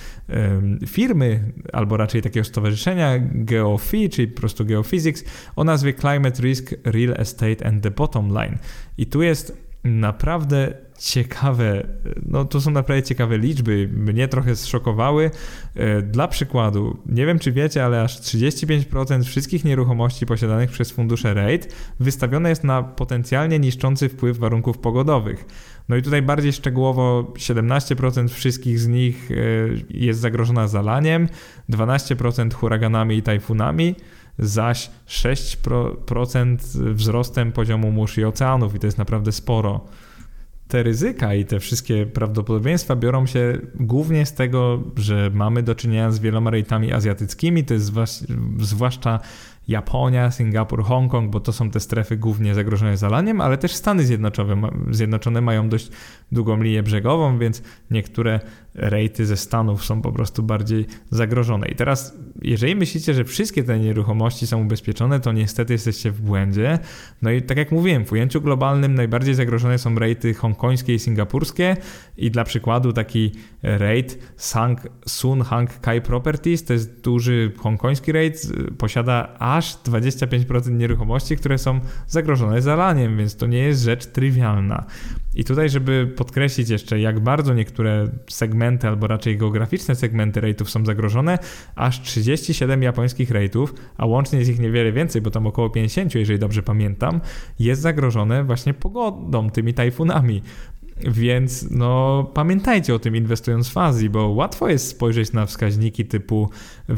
firmy, albo raczej takiego stowarzyszenia GeoPhy, czyli po prostu Geophysics, o nazwie Climate Risk, Real Estate and the Bottom Line. I tu jest naprawdę ciekawe, to są naprawdę ciekawe liczby, mnie trochę zszokowały. Dla przykładu, nie wiem czy wiecie, ale aż 35% wszystkich nieruchomości posiadanych przez fundusze REIT wystawione jest na potencjalnie niszczący wpływ warunków pogodowych. No i tutaj bardziej szczegółowo 17% wszystkich z nich jest zagrożona zalaniem, 12% huraganami i tajfunami, zaś 6% wzrostem poziomu mórz i oceanów i to jest naprawdę sporo. te ryzyka i te wszystkie prawdopodobieństwa biorą się głównie z tego, że mamy do czynienia z wieloma rejtami azjatyckimi, to jest zwłaszcza Japonia, Singapur, Hongkong, bo to są te strefy głównie zagrożone zalaniem, ale też Stany Zjednoczone mają dość długą linię brzegową, więc niektóre rejty ze Stanów są po prostu bardziej zagrożone. I teraz, jeżeli myślicie, że wszystkie te nieruchomości są ubezpieczone, to niestety jesteście w błędzie. No i tak jak mówiłem, w ujęciu globalnym najbardziej zagrożone są rejty hongkońskie i singapurskie i dla przykładu taki rejt Sun Hang Kai Properties, to jest duży hongkoński rejt, posiada aż 25% nieruchomości, które są zagrożone zalaniem, więc to nie jest rzecz trywialna. I tutaj, żeby podkreślić jeszcze, jak bardzo niektóre segmenty, albo raczej geograficzne segmenty rejtów są zagrożone, aż 37 japońskich rejtów, a łącznie jest ich niewiele więcej, bo tam około 50, jeżeli dobrze pamiętam, jest zagrożone właśnie pogodą, tymi tajfunami. Więc pamiętajcie o tym, inwestując w Azji, bo łatwo jest spojrzeć na wskaźniki typu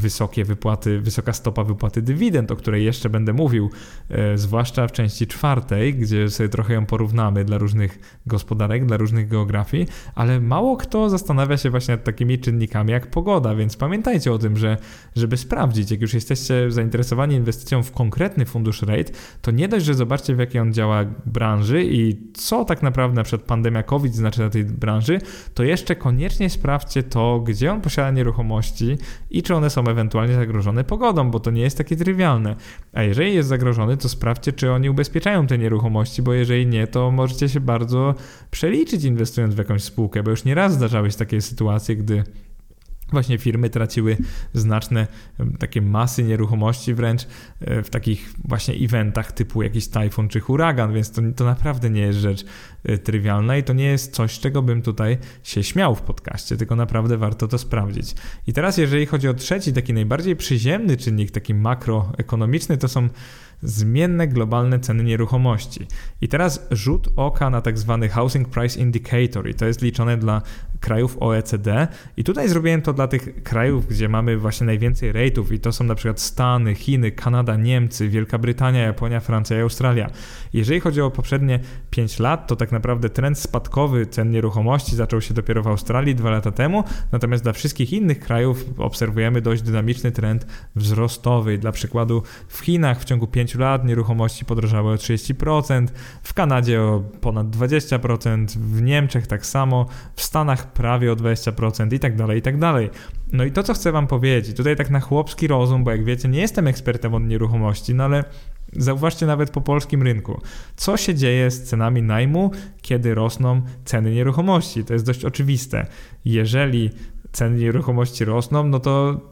wysoka stopa wypłaty dywidend, o której jeszcze będę mówił, zwłaszcza w części 4, gdzie sobie trochę ją porównamy dla różnych gospodarek, dla różnych geografii, ale mało kto zastanawia się właśnie nad takimi czynnikami jak pogoda, więc pamiętajcie o tym, że żeby sprawdzić, jak już jesteście zainteresowani inwestycją w konkretny fundusz REIT, to nie dość, że zobaczcie, w jakiej on działa branży i co tak naprawdę na przykład pandemia COVID znaczy dla tej branży, to jeszcze koniecznie sprawdźcie to, gdzie on posiada nieruchomości i czy one są ewentualnie zagrożone pogodą, bo to nie jest takie trywialne. A jeżeli jest zagrożony, to sprawdźcie, czy oni ubezpieczają te nieruchomości, bo jeżeli nie, to możecie się bardzo przeliczyć, inwestując w jakąś spółkę, bo już nieraz zdarzały się takie sytuacje, gdy właśnie firmy traciły znaczne takie masy nieruchomości wręcz w takich właśnie eventach typu jakiś tajfun czy huragan, więc to naprawdę nie jest rzecz trywialna i to nie jest coś, z czego bym tutaj się śmiał w podcaście, tylko naprawdę warto to sprawdzić. I teraz jeżeli chodzi o trzeci, taki najbardziej przyziemny czynnik, taki makroekonomiczny, to są zmienne globalne ceny nieruchomości. I teraz rzut oka na tak zwany Housing Price Indicator i to jest liczone dla krajów OECD i tutaj zrobiłem to dla tych krajów, gdzie mamy właśnie najwięcej rejtów i to są na przykład Stany, Chiny, Kanada, Niemcy, Wielka Brytania, Japonia, Francja i Australia. Jeżeli chodzi o poprzednie 5 lat, to tak naprawdę trend spadkowy cen nieruchomości zaczął się dopiero w Australii 2 lata temu, natomiast dla wszystkich innych krajów obserwujemy dość dynamiczny trend wzrostowy. Dla przykładu w Chinach w ciągu 5 lat nieruchomości podrożały o 30%, w Kanadzie o ponad 20%, w Niemczech tak samo, w Stanach prawie o 20% i tak dalej, i tak dalej. No i to, co chcę wam powiedzieć, tutaj tak na chłopski rozum, bo jak wiecie, nie jestem ekspertem od nieruchomości, no ale zauważcie nawet po polskim rynku, co się dzieje z cenami najmu, kiedy rosną ceny nieruchomości. To jest dość oczywiste. Jeżeli ceny nieruchomości rosną, no to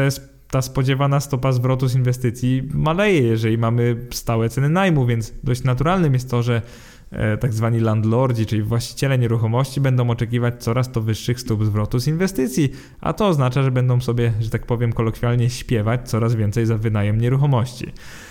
ta spodziewana stopa zwrotu z inwestycji maleje, jeżeli mamy stałe ceny najmu, więc dość naturalnym jest to, że tak zwani landlordzi, czyli właściciele nieruchomości będą oczekiwać coraz to wyższych stóp zwrotu z inwestycji, a to oznacza, że będą sobie, że tak powiem kolokwialnie, śpiewać coraz więcej za wynajem nieruchomości.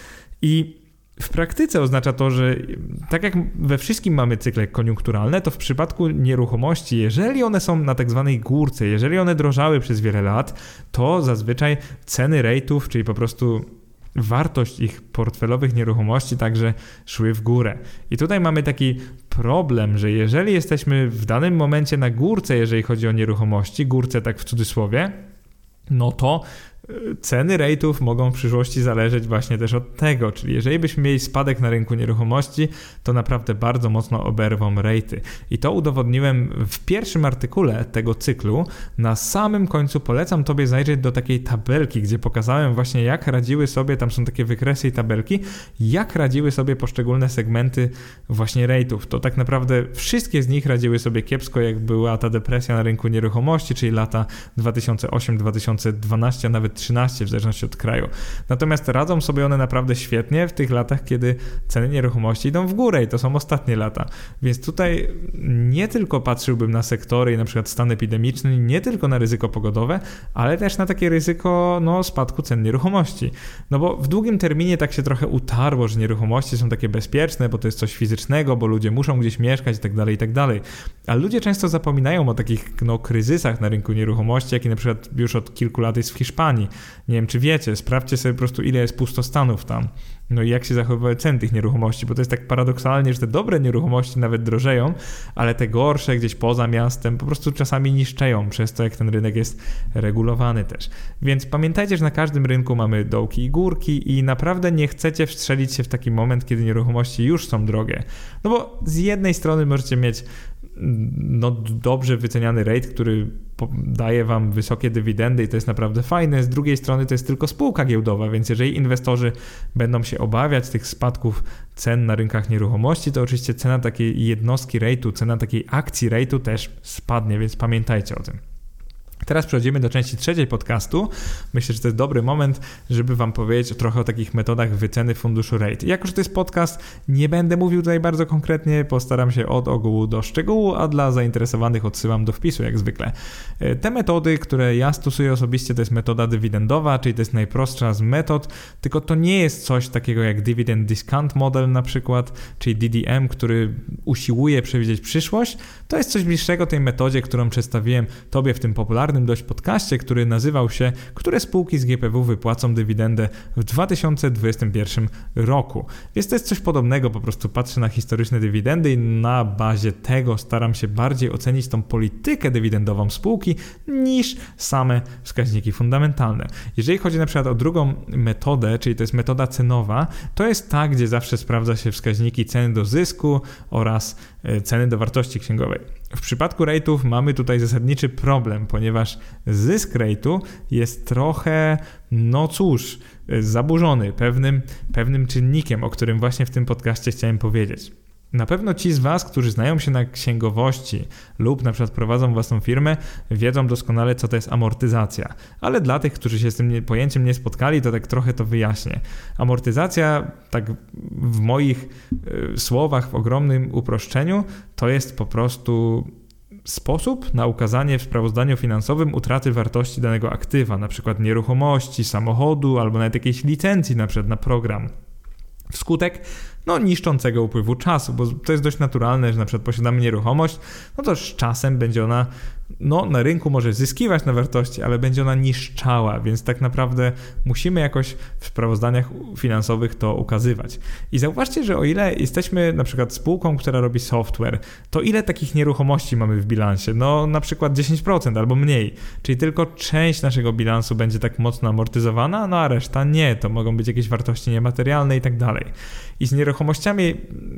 I w praktyce oznacza to, że tak jak we wszystkim mamy cykle koniunkturalne, to w przypadku nieruchomości, jeżeli one są na tak zwanej górce, jeżeli one drożały przez wiele lat, to zazwyczaj ceny rejtów, czyli po prostu wartość ich portfelowych nieruchomości także szły w górę. I tutaj mamy taki problem, że jeżeli jesteśmy w danym momencie na górce, jeżeli chodzi o nieruchomości, górce tak w cudzysłowie, no to ceny rejtów mogą w przyszłości zależeć właśnie też od tego, czyli jeżeli byśmy mieli spadek na rynku nieruchomości, to naprawdę bardzo mocno oberwą rejty. I to udowodniłem w pierwszym artykule tego cyklu. Na samym końcu polecam tobie zajrzeć do takiej tabelki, gdzie pokazałem właśnie jak radziły sobie, tam są takie wykresy i tabelki, jak radziły sobie poszczególne segmenty właśnie rejtów. To tak naprawdę wszystkie z nich radziły sobie kiepsko, jak była ta depresja na rynku nieruchomości, czyli lata 2008, 2012, a nawet 13 w zależności od kraju. Natomiast radzą sobie one naprawdę świetnie w tych latach, kiedy ceny nieruchomości idą w górę i to są ostatnie lata. Więc tutaj nie tylko patrzyłbym na sektory i na przykład stan epidemiczny, nie tylko na ryzyko pogodowe, ale też na takie ryzyko spadku cen nieruchomości. No bo w długim terminie tak się trochę utarło, że nieruchomości są takie bezpieczne, bo to jest coś fizycznego, bo ludzie muszą gdzieś mieszkać i tak dalej. Ale ludzie często zapominają o takich kryzysach na rynku nieruchomości, jaki na przykład już od kilku lat jest w Hiszpanii. Hiszpanii. Nie wiem, czy wiecie, sprawdźcie sobie po prostu, ile jest pustostanów tam. No i jak się zachowywały ceny tych nieruchomości, bo to jest tak paradoksalnie, że te dobre nieruchomości nawet drożeją, ale te gorsze gdzieś poza miastem po prostu czasami niszczeją przez to, jak ten rynek jest regulowany też. Więc pamiętajcie, że na każdym rynku mamy dołki i górki i naprawdę nie chcecie wstrzelić się w taki moment, kiedy nieruchomości już są drogie. No bo z jednej strony możecie mieć dobrze wyceniany rate, który daje wam wysokie dywidendy i to jest naprawdę fajne. Z drugiej strony to jest tylko spółka giełdowa, więc jeżeli inwestorzy będą się obawiać tych spadków cen na rynkach nieruchomości, to oczywiście cena takiej jednostki rate'u, cena takiej akcji rate'u też spadnie, więc pamiętajcie o tym. Teraz przechodzimy do części trzeciej podcastu. Myślę, że to jest dobry moment, żeby wam powiedzieć trochę o takich metodach wyceny funduszu REIT. Jako że to jest podcast, nie będę mówił tutaj bardzo konkretnie, postaram się od ogółu do szczegółu, a dla zainteresowanych odsyłam do wpisu jak zwykle. Te metody, które ja stosuję osobiście, to jest metoda dywidendowa, czyli to jest najprostsza z metod, tylko to nie jest coś takiego jak Dividend Discount Model na przykład, czyli DDM, który usiłuje przewidzieć przyszłość. To jest coś bliższego tej metodzie, którą przedstawiłem tobie w tym popularnym dość podcaście, który nazywał się "Które spółki z GPW wypłacą dywidendę w 2021 roku?". Więc to jest coś podobnego, po prostu patrzę na historyczne dywidendy i na bazie tego staram się bardziej ocenić tą politykę dywidendową spółki niż same wskaźniki fundamentalne. Jeżeli chodzi na przykład o drugą metodę, czyli to jest metoda cenowa, to jest ta, gdzie zawsze sprawdza się wskaźniki ceny do zysku oraz ceny do wartości księgowej. W przypadku rate'ów mamy tutaj zasadniczy problem, ponieważ zysk rate'u jest trochę, zaburzony pewnym czynnikiem, o którym właśnie w tym podcaście chciałem powiedzieć. Na pewno ci z was, którzy znają się na księgowości lub na przykład prowadzą własną firmę, wiedzą doskonale, co to jest amortyzacja. Ale dla tych, którzy się z tym pojęciem nie spotkali, to tak trochę to wyjaśnię. Amortyzacja, tak w moich słowach, w ogromnym uproszczeniu, to jest po prostu sposób na ukazanie w sprawozdaniu finansowym utraty wartości danego aktywa, na przykład nieruchomości, samochodu albo nawet jakiejś licencji na przykład na program. Wskutek niszczącego upływu czasu, bo to jest dość naturalne, że na przykład posiadamy nieruchomość, to z czasem będzie ona na rynku może zyskiwać na wartości, ale będzie ona niszczała, więc tak naprawdę musimy jakoś w sprawozdaniach finansowych to ukazywać. I zauważcie, że o ile jesteśmy na przykład spółką, która robi software, to ile takich nieruchomości mamy w bilansie? Na przykład 10% albo mniej, czyli tylko część naszego bilansu będzie tak mocno amortyzowana, a reszta nie, to mogą być jakieś wartości niematerialne i tak dalej. I z nieruchomościami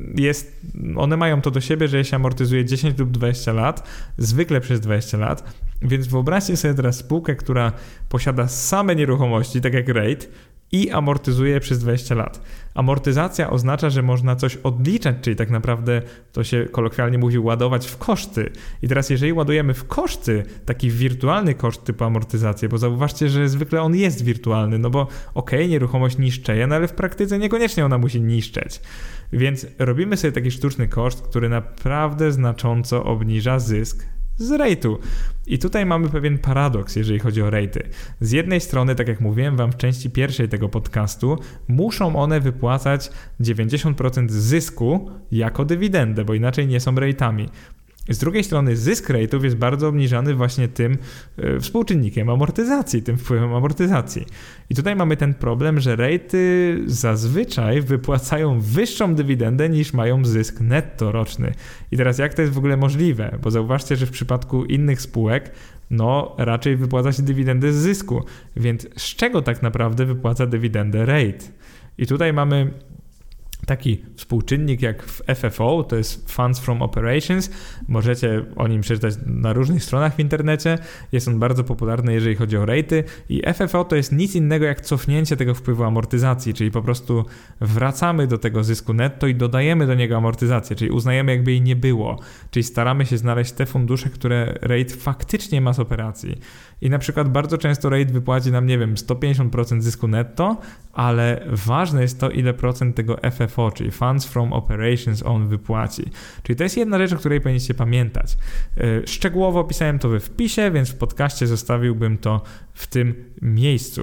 one mają to do siebie, że je się amortyzuje 10 lub 20 lat, zwykle przez 20 lat, więc wyobraźcie sobie teraz spółkę, która posiada same nieruchomości, tak jak REIT, i amortyzuje przez 20 lat. Amortyzacja oznacza, że można coś odliczać, czyli tak naprawdę to się kolokwialnie mówi ładować w koszty. I teraz jeżeli ładujemy w koszty, taki wirtualny koszt typu amortyzację, bo zauważcie, że zwykle on jest wirtualny, bo nieruchomość niszczeje, ale w praktyce niekoniecznie ona musi niszczeć. Więc robimy sobie taki sztuczny koszt, który naprawdę znacząco obniża zysk z rate'u. I tutaj mamy pewien paradoks, jeżeli chodzi o rate'y. Z jednej strony, tak jak mówiłem wam w części pierwszej tego podcastu, muszą one wypłacać 90% zysku jako dywidendę, bo inaczej nie są rate'ami. Z drugiej strony zysk rate'ów jest bardzo obniżany właśnie tym współczynnikiem amortyzacji, tym wpływem amortyzacji. I tutaj mamy ten problem, że rate'y zazwyczaj wypłacają wyższą dywidendę niż mają zysk netto roczny. I teraz jak to jest w ogóle możliwe? Bo zauważcie, że w przypadku innych spółek raczej wypłaca się dywidendę z zysku. Więc z czego tak naprawdę wypłaca dywidendę rate? I tutaj mamy taki współczynnik jak w FFO, to jest Funds from Operations. Możecie o nim przeczytać na różnych stronach w internecie. Jest on bardzo popularny, jeżeli chodzi o rate'y. I FFO to jest nic innego jak cofnięcie tego wpływu amortyzacji, czyli po prostu wracamy do tego zysku netto i dodajemy do niego amortyzację, czyli uznajemy, jakby jej nie było. Czyli staramy się znaleźć te fundusze, które rate faktycznie ma z operacji. I na przykład bardzo często rate wypłaci nam, 150% zysku netto, ale ważne jest to, ile procent tego FFO, czyli Funds from Operations, on wypłaci. Czyli to jest jedna rzecz, o której powinniście pamiętać. Szczegółowo opisałem to we wpisie, więc w podcaście zostawiłbym to w tym miejscu.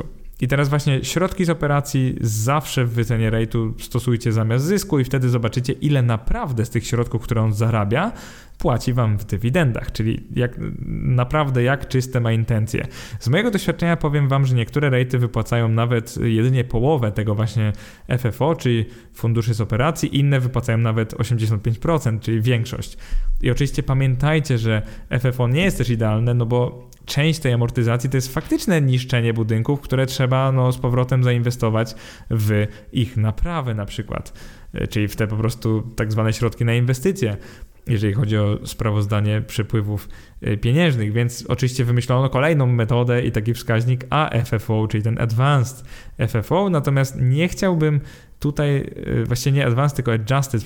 I teraz właśnie środki z operacji zawsze w wycenie rate'u stosujcie zamiast zysku i wtedy zobaczycie, ile naprawdę z tych środków, które on zarabia, płaci wam w dywidendach, czyli jak czyste ma intencje. Z mojego doświadczenia powiem wam, że niektóre rate'y wypłacają nawet jedynie połowę tego właśnie FFO, czyli funduszy z operacji, inne wypłacają nawet 85%, czyli większość. I oczywiście pamiętajcie, że FFO nie jest też idealne, no bo część tej amortyzacji to jest faktyczne niszczenie budynków, które trzeba z powrotem zainwestować w ich naprawę na przykład, czyli w te po prostu tak zwane środki na inwestycje, jeżeli chodzi o sprawozdanie przepływów pieniężnych, więc oczywiście wymyślono kolejną metodę i taki wskaźnik AFFO, czyli ten Advanced FFO, natomiast nie chciałbym tutaj, właściwie nie Advanced, tylko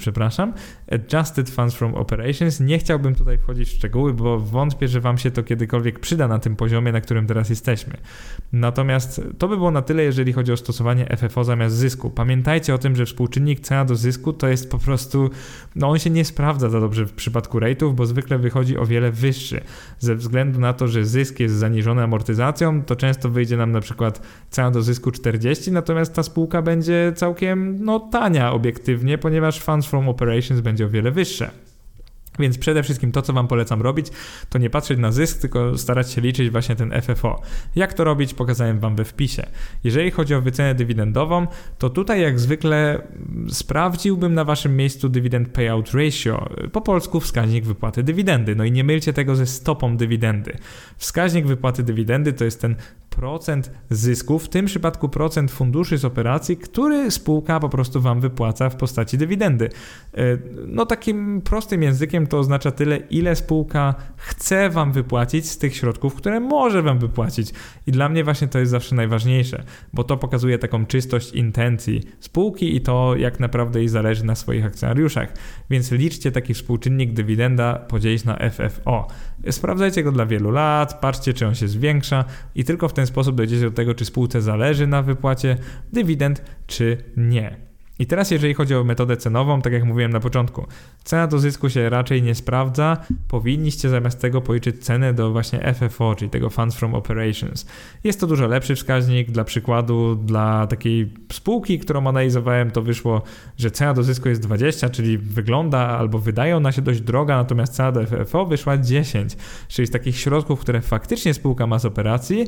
Adjusted Funds from Operations, nie chciałbym tutaj wchodzić w szczegóły, bo wątpię, że wam się to kiedykolwiek przyda na tym poziomie, na którym teraz jesteśmy. Natomiast to by było na tyle, jeżeli chodzi o stosowanie FFO zamiast zysku. Pamiętajcie o tym, że współczynnik cena do zysku to jest po prostu, on się nie sprawdza za dobrze w przypadku rate'ów, bo zwykle wychodzi o wiele wyższy. Ze względu na to, że zysk jest zaniżony amortyzacją, to często wyjdzie nam na przykład cena do zysku 40, natomiast ta spółka będzie całkiem tania obiektywnie, ponieważ Funds from Operations będzie o wiele wyższe. Więc przede wszystkim to, co wam polecam robić, to nie patrzeć na zysk, tylko starać się liczyć właśnie ten FFO. Jak to robić, pokazałem wam we wpisie. Jeżeli chodzi o wycenę dywidendową, to tutaj jak zwykle sprawdziłbym na waszym miejscu dividend payout ratio, po polsku wskaźnik wypłaty dywidendy. No i nie mylcie tego ze stopą dywidendy. Wskaźnik wypłaty dywidendy to jest ten procent zysku, w tym przypadku procent funduszy z operacji, który spółka po prostu wam wypłaca w postaci dywidendy. Takim prostym językiem to oznacza tyle, ile spółka chce wam wypłacić z tych środków, które może wam wypłacić. I dla mnie właśnie to jest zawsze najważniejsze, bo to pokazuje taką czystość intencji spółki i to, jak naprawdę jej zależy na swoich akcjonariuszach. Więc liczcie taki współczynnik dywidenda podzielić na FFO. Sprawdzajcie go dla wielu lat, patrzcie, czy on się zwiększa i tylko w ten sposób dojdziecie do tego, czy spółce zależy na wypłacie dywidend, czy nie. I teraz jeżeli chodzi o metodę cenową, tak jak mówiłem na początku, cena do zysku się raczej nie sprawdza, powinniście zamiast tego policzyć cenę do właśnie FFO, czyli tego Funds from Operations. Jest to dużo lepszy wskaźnik, dla przykładu dla takiej spółki, którą analizowałem, to wyszło, że cena do zysku jest 20, czyli wygląda albo wydaje ona się dość droga, natomiast cena do FFO wyszła 10, czyli z takich środków, które faktycznie spółka ma z operacji,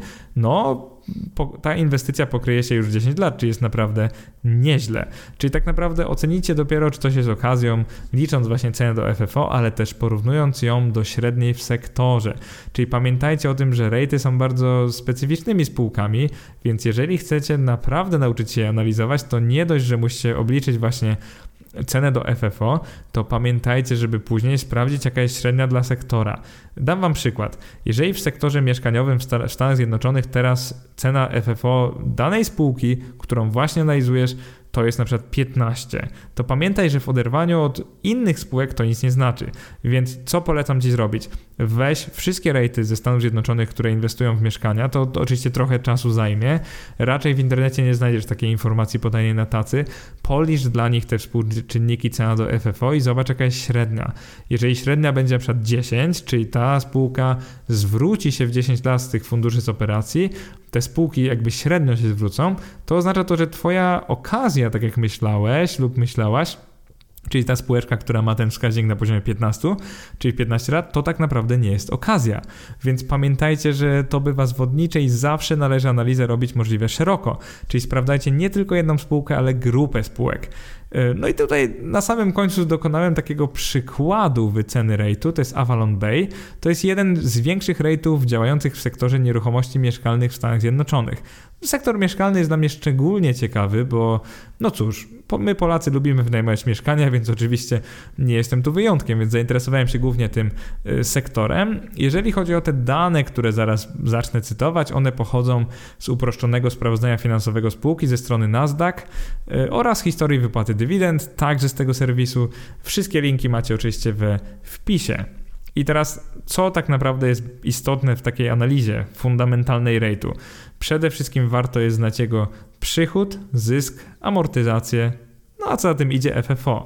ta inwestycja pokryje się już 10 lat, czyli jest naprawdę nieźle. Czyli tak naprawdę ocenicie dopiero, czy coś jest okazją, licząc właśnie cenę do FFO, ale też porównując ją do średniej w sektorze. Czyli pamiętajcie o tym, że rate'y są bardzo specyficznymi spółkami, więc jeżeli chcecie naprawdę nauczyć się analizować, to nie dość, że musicie obliczyć właśnie cenę do FFO, to pamiętajcie, żeby później sprawdzić, jaka jest średnia dla sektora. Dam wam przykład. Jeżeli w sektorze mieszkaniowym w Stanach Zjednoczonych teraz cena FFO danej spółki, którą właśnie analizujesz, to jest na przykład 15, to pamiętaj, że w oderwaniu od innych spółek to nic nie znaczy. Więc co polecam ci zrobić? Weź wszystkie rate'y ze Stanów Zjednoczonych, które inwestują w mieszkania, to oczywiście trochę czasu zajmie. Raczej w internecie nie znajdziesz takiej informacji podanej na tacy. Policz dla nich te współczynniki cena do FFO i zobacz, jaka jest średnia. Jeżeli średnia będzie na przykład 10, czyli ta spółka zwróci się w 10 lat z tych funduszy z operacji, te spółki jakby średnio się zwrócą, to oznacza to, że twoja okazja, tak jak myślałeś lub myślałaś, czyli ta spółeczka, która ma ten wskaźnik na poziomie 15, czyli 15 lat, to tak naprawdę nie jest okazja. Więc pamiętajcie, że to bywa zwodnicze i zawsze należy analizę robić możliwie szeroko. Czyli sprawdzajcie nie tylko jedną spółkę, ale grupę spółek. No i tutaj na samym końcu dokonałem takiego przykładu wyceny rate'u, to jest Avalon Bay. To jest jeden z większych rate'ów działających w sektorze nieruchomości mieszkalnych w Stanach Zjednoczonych. Sektor mieszkalny jest dla mnie szczególnie ciekawy, bo no cóż, my Polacy lubimy wynajmować mieszkania, więc oczywiście nie jestem tu wyjątkiem, więc zainteresowałem się głównie tym sektorem. Jeżeli chodzi o te dane, które zaraz zacznę cytować, one pochodzą z uproszczonego sprawozdania finansowego spółki ze strony Nasdaq oraz historii wypłaty dywidend, także z tego serwisu. Wszystkie linki macie oczywiście we wpisie. I teraz, co tak naprawdę jest istotne w takiej analizie fundamentalnej rate'u? Przede wszystkim warto jest znać jego przychód, zysk, amortyzację, no a co za tym idzie FFO.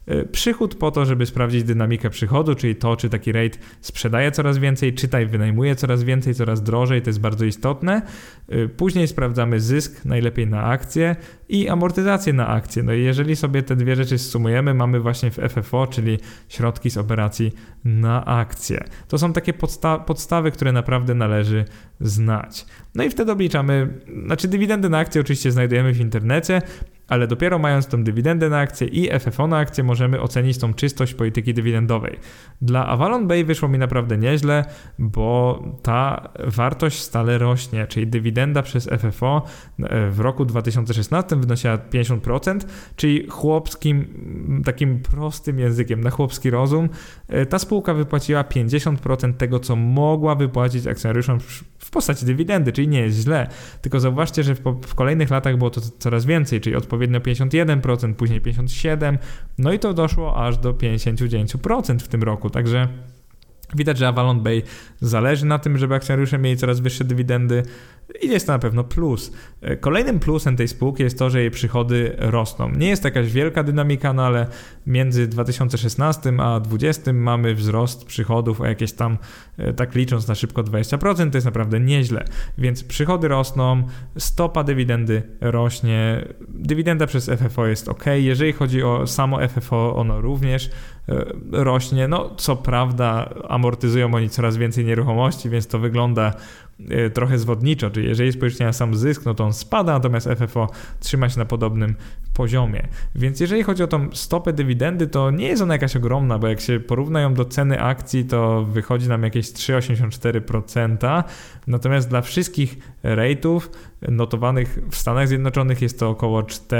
Przychód po to, żeby sprawdzić dynamikę przychodu, czyli to, czy taki REIT sprzedaje coraz więcej, czy wynajmuje coraz więcej, coraz drożej, to jest bardzo istotne. Później sprawdzamy zysk, najlepiej na akcje i amortyzację na akcje. No i jeżeli sobie te dwie rzeczy zsumujemy, mamy właśnie w FFO, czyli środki z operacji na akcje. To są takie podstawy, które naprawdę należy znać. No i wtedy obliczamy, dywidendy na akcje oczywiście znajdujemy w internecie, ale dopiero mając tą dywidendę na akcję i FFO na akcję możemy ocenić tą czystość polityki dywidendowej. Dla Avalon Bay wyszło mi naprawdę nieźle, bo ta wartość stale rośnie, czyli dywidenda przez FFO w roku 2016 wynosiła 50%, czyli chłopskim, takim prostym językiem, na chłopski rozum, ta spółka wypłaciła 50% tego, co mogła wypłacić akcjonariuszom w postaci dywidendy, czyli nie jest źle, tylko zauważcie, że w kolejnych latach było to coraz więcej, czyli odpowiednio 51%, później 57%, no i to doszło aż do 59% w tym roku, także widać, że Avalon Bay zależy na tym, żeby akcjonariusze mieli coraz wyższe dywidendy i jest to na pewno plus. Kolejnym plusem tej spółki jest to, że jej przychody rosną. Nie jest to jakaś wielka dynamika, no ale między 2016 a 2020 mamy wzrost przychodów o jakieś tam, tak licząc na szybko 20%, to jest naprawdę nieźle. Więc przychody rosną, stopa dywidendy rośnie, dywidenda przez FFO jest ok. Jeżeli chodzi o samo FFO, ono również rośnie. No co prawda amortyzują oni coraz więcej nieruchomości, więc to wygląda trochę zwodniczo, czyli jeżeli spojrzycie na sam zysk, no to on spada, natomiast FFO trzyma się na podobnym poziomie. Więc jeżeli chodzi o tą stopę dywidendy, to nie jest ona jakaś ogromna, bo jak się porówna ją do ceny akcji, to wychodzi nam jakieś 3,84%, natomiast dla wszystkich REIT-ów notowanych w Stanach Zjednoczonych jest to około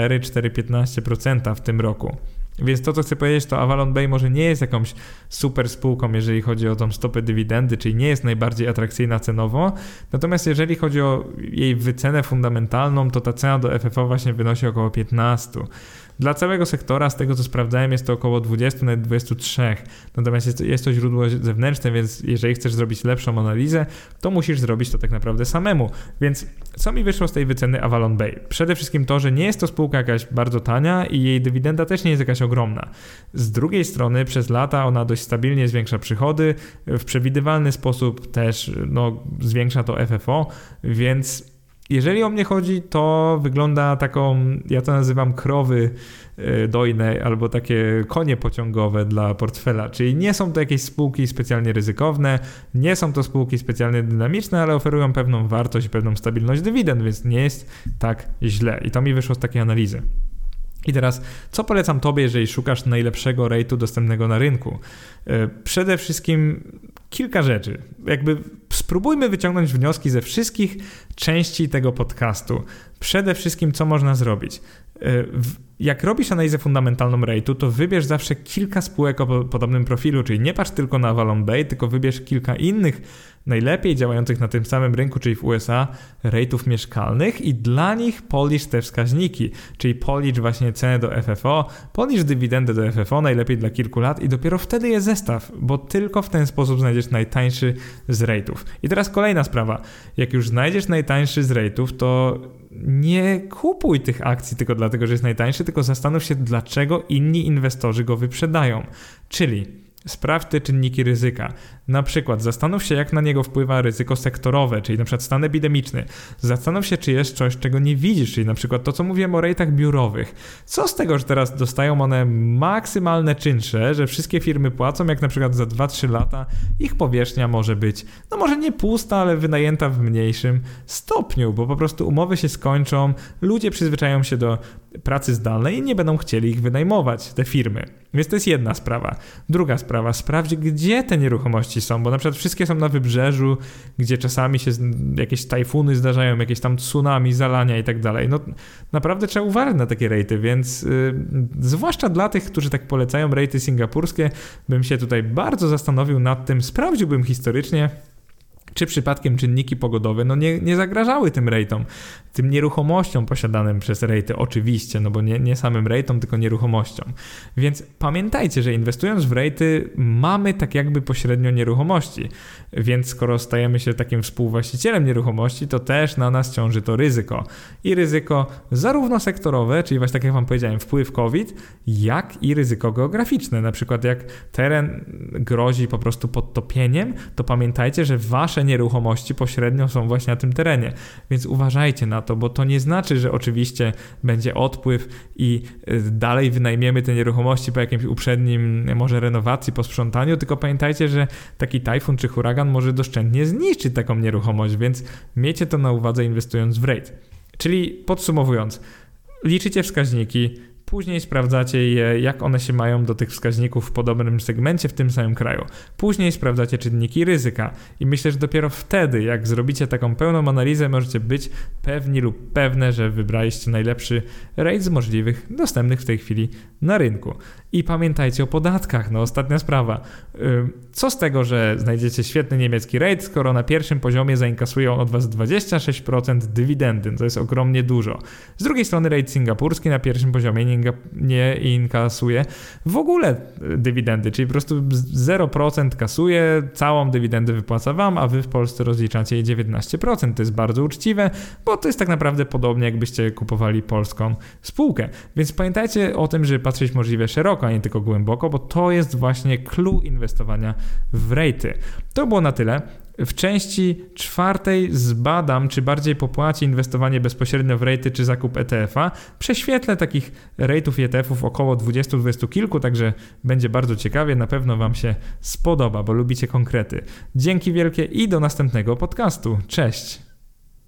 4,15% w tym roku. Więc to, co chcę powiedzieć, to Avalon Bay może nie jest jakąś super spółką, jeżeli chodzi o tą stopę dywidendy, czyli nie jest najbardziej atrakcyjna cenowo, natomiast jeżeli chodzi o jej wycenę fundamentalną, to ta cena do FFO właśnie wynosi około 15. Dla całego sektora, z tego co sprawdzałem, jest to około 20, nawet 23. Natomiast jest to źródło zewnętrzne, więc jeżeli chcesz zrobić lepszą analizę, to musisz zrobić to tak naprawdę samemu. Więc co mi wyszło z tej wyceny Avalon Bay? Przede wszystkim to, że nie jest to spółka jakaś bardzo tania i jej dywidenda też nie jest jakaś ogromna. Z drugiej strony przez lata ona dość stabilnie zwiększa przychody, w przewidywalny sposób też zwiększa to FFO, więc jeżeli o mnie chodzi, to wygląda taką, ja to nazywam krowy dojne albo takie konie pociągowe dla portfela, czyli nie są to jakieś spółki specjalnie ryzykowne, nie są to spółki specjalnie dynamiczne, ale oferują pewną wartość i pewną stabilność dywidend, więc nie jest tak źle i to mi wyszło z takiej analizy. I teraz, co polecam Tobie, jeżeli szukasz najlepszego REIT-u dostępnego na rynku? Przede wszystkim kilka rzeczy. Spróbujmy wyciągnąć wnioski ze wszystkich części tego podcastu. Przede wszystkim, co można zrobić? Jak robisz analizę fundamentalną REIT-u, to wybierz zawsze kilka spółek o podobnym profilu, czyli nie patrz tylko na Avalon Bay, tylko wybierz kilka innych, najlepiej działających na tym samym rynku, czyli w USA, REIT-ów mieszkalnych i dla nich policz te wskaźniki, czyli policz właśnie cenę do FFO, policz dywidendę do FFO, najlepiej dla kilku lat i dopiero wtedy je zestaw, bo tylko w ten sposób znajdziesz najtańszy z REIT-ów. I teraz kolejna sprawa, jak już znajdziesz najtańszy z REIT-ów, to nie kupuj tych akcji tylko dlatego, że jest najtańszy, tylko zastanów się, dlaczego inni inwestorzy go wyprzedają. Czyli sprawdź te czynniki ryzyka. Na przykład zastanów się, jak na niego wpływa ryzyko sektorowe, czyli na przykład stan epidemiczny. Zastanów się, czy jest coś, czego nie widzisz, czyli na przykład to, co mówiłem o rejtach biurowych. Co z tego, że teraz dostają one maksymalne czynsze, że wszystkie firmy płacą, jak na przykład za 2-3 lata ich powierzchnia może być, może nie pusta, ale wynajęta w mniejszym stopniu, bo po prostu umowy się skończą, ludzie przyzwyczają się do pracy zdalnej i nie będą chcieli ich wynajmować, te firmy. Więc to jest jedna sprawa. Druga sprawa, sprawdź, gdzie te nieruchomości są, bo na przykład wszystkie są na wybrzeżu, gdzie czasami się jakieś tajfuny zdarzają, jakieś tam tsunami, zalania i tak dalej. Naprawdę trzeba uważać na takie rejty, więc zwłaszcza dla tych, którzy tak polecają rejty singapurskie, bym się tutaj bardzo zastanowił nad tym, sprawdziłbym historycznie, Czy przypadkiem czynniki pogodowe nie zagrażały tym rate'om, tym nieruchomościom posiadanym przez rate'y oczywiście, no bo nie samym rate'om, tylko nieruchomościom. Więc pamiętajcie, że inwestując w rate'y mamy tak jakby pośrednio nieruchomości, więc skoro stajemy się takim współwłaścicielem nieruchomości, to też na nas ciąży to ryzyko. I ryzyko zarówno sektorowe, czyli właśnie tak jak wam powiedziałem, wpływ COVID, jak i ryzyko geograficzne. Na przykład jak teren grozi po prostu podtopieniem, to pamiętajcie, że wasze nieruchomości pośrednio są właśnie na tym terenie, więc uważajcie na to, bo to nie znaczy, że oczywiście będzie odpływ i dalej wynajmiemy te nieruchomości po jakimś uprzednim może renowacji, po sprzątaniu, tylko pamiętajcie, że taki tajfun czy huragan może doszczętnie zniszczyć taką nieruchomość, więc miejcie to na uwadze inwestując w rate. Czyli podsumowując, liczycie wskaźniki, później sprawdzacie je, jak one się mają do tych wskaźników w podobnym segmencie w tym samym kraju. Później sprawdzacie czynniki ryzyka i myślę, że dopiero wtedy, jak zrobicie taką pełną analizę, możecie być pewni lub pewne, że wybraliście najlepszy rate z możliwych dostępnych w tej chwili na rynku. I pamiętajcie o podatkach. Ostatnia sprawa. Co z tego, że znajdziecie świetny niemiecki rate, skoro na pierwszym poziomie zainkasuje on od was 26% dywidendy. To jest ogromnie dużo. Z drugiej strony rate singapurski na pierwszym poziomie nie inkasuje w ogóle dywidendy, czyli po prostu 0% kasuje, całą dywidendę wypłaca wam, a wy w Polsce rozliczacie jej 19%. To jest bardzo uczciwe, bo to jest tak naprawdę podobnie, jakbyście kupowali polską spółkę. Więc pamiętajcie o tym, żeby patrzeć możliwie szeroko, a nie tylko głęboko, bo to jest właśnie clue inwestowania w rate'y. To było na tyle. W części 4 zbadam, czy bardziej popłaci inwestowanie bezpośrednio w rate'y, czy zakup ETF-a. Prześwietlę takich rate'ów i ETF-ów około 20 kilku, także będzie bardzo ciekawie. Na pewno wam się spodoba, bo lubicie konkrety. Dzięki wielkie i do następnego podcastu. Cześć!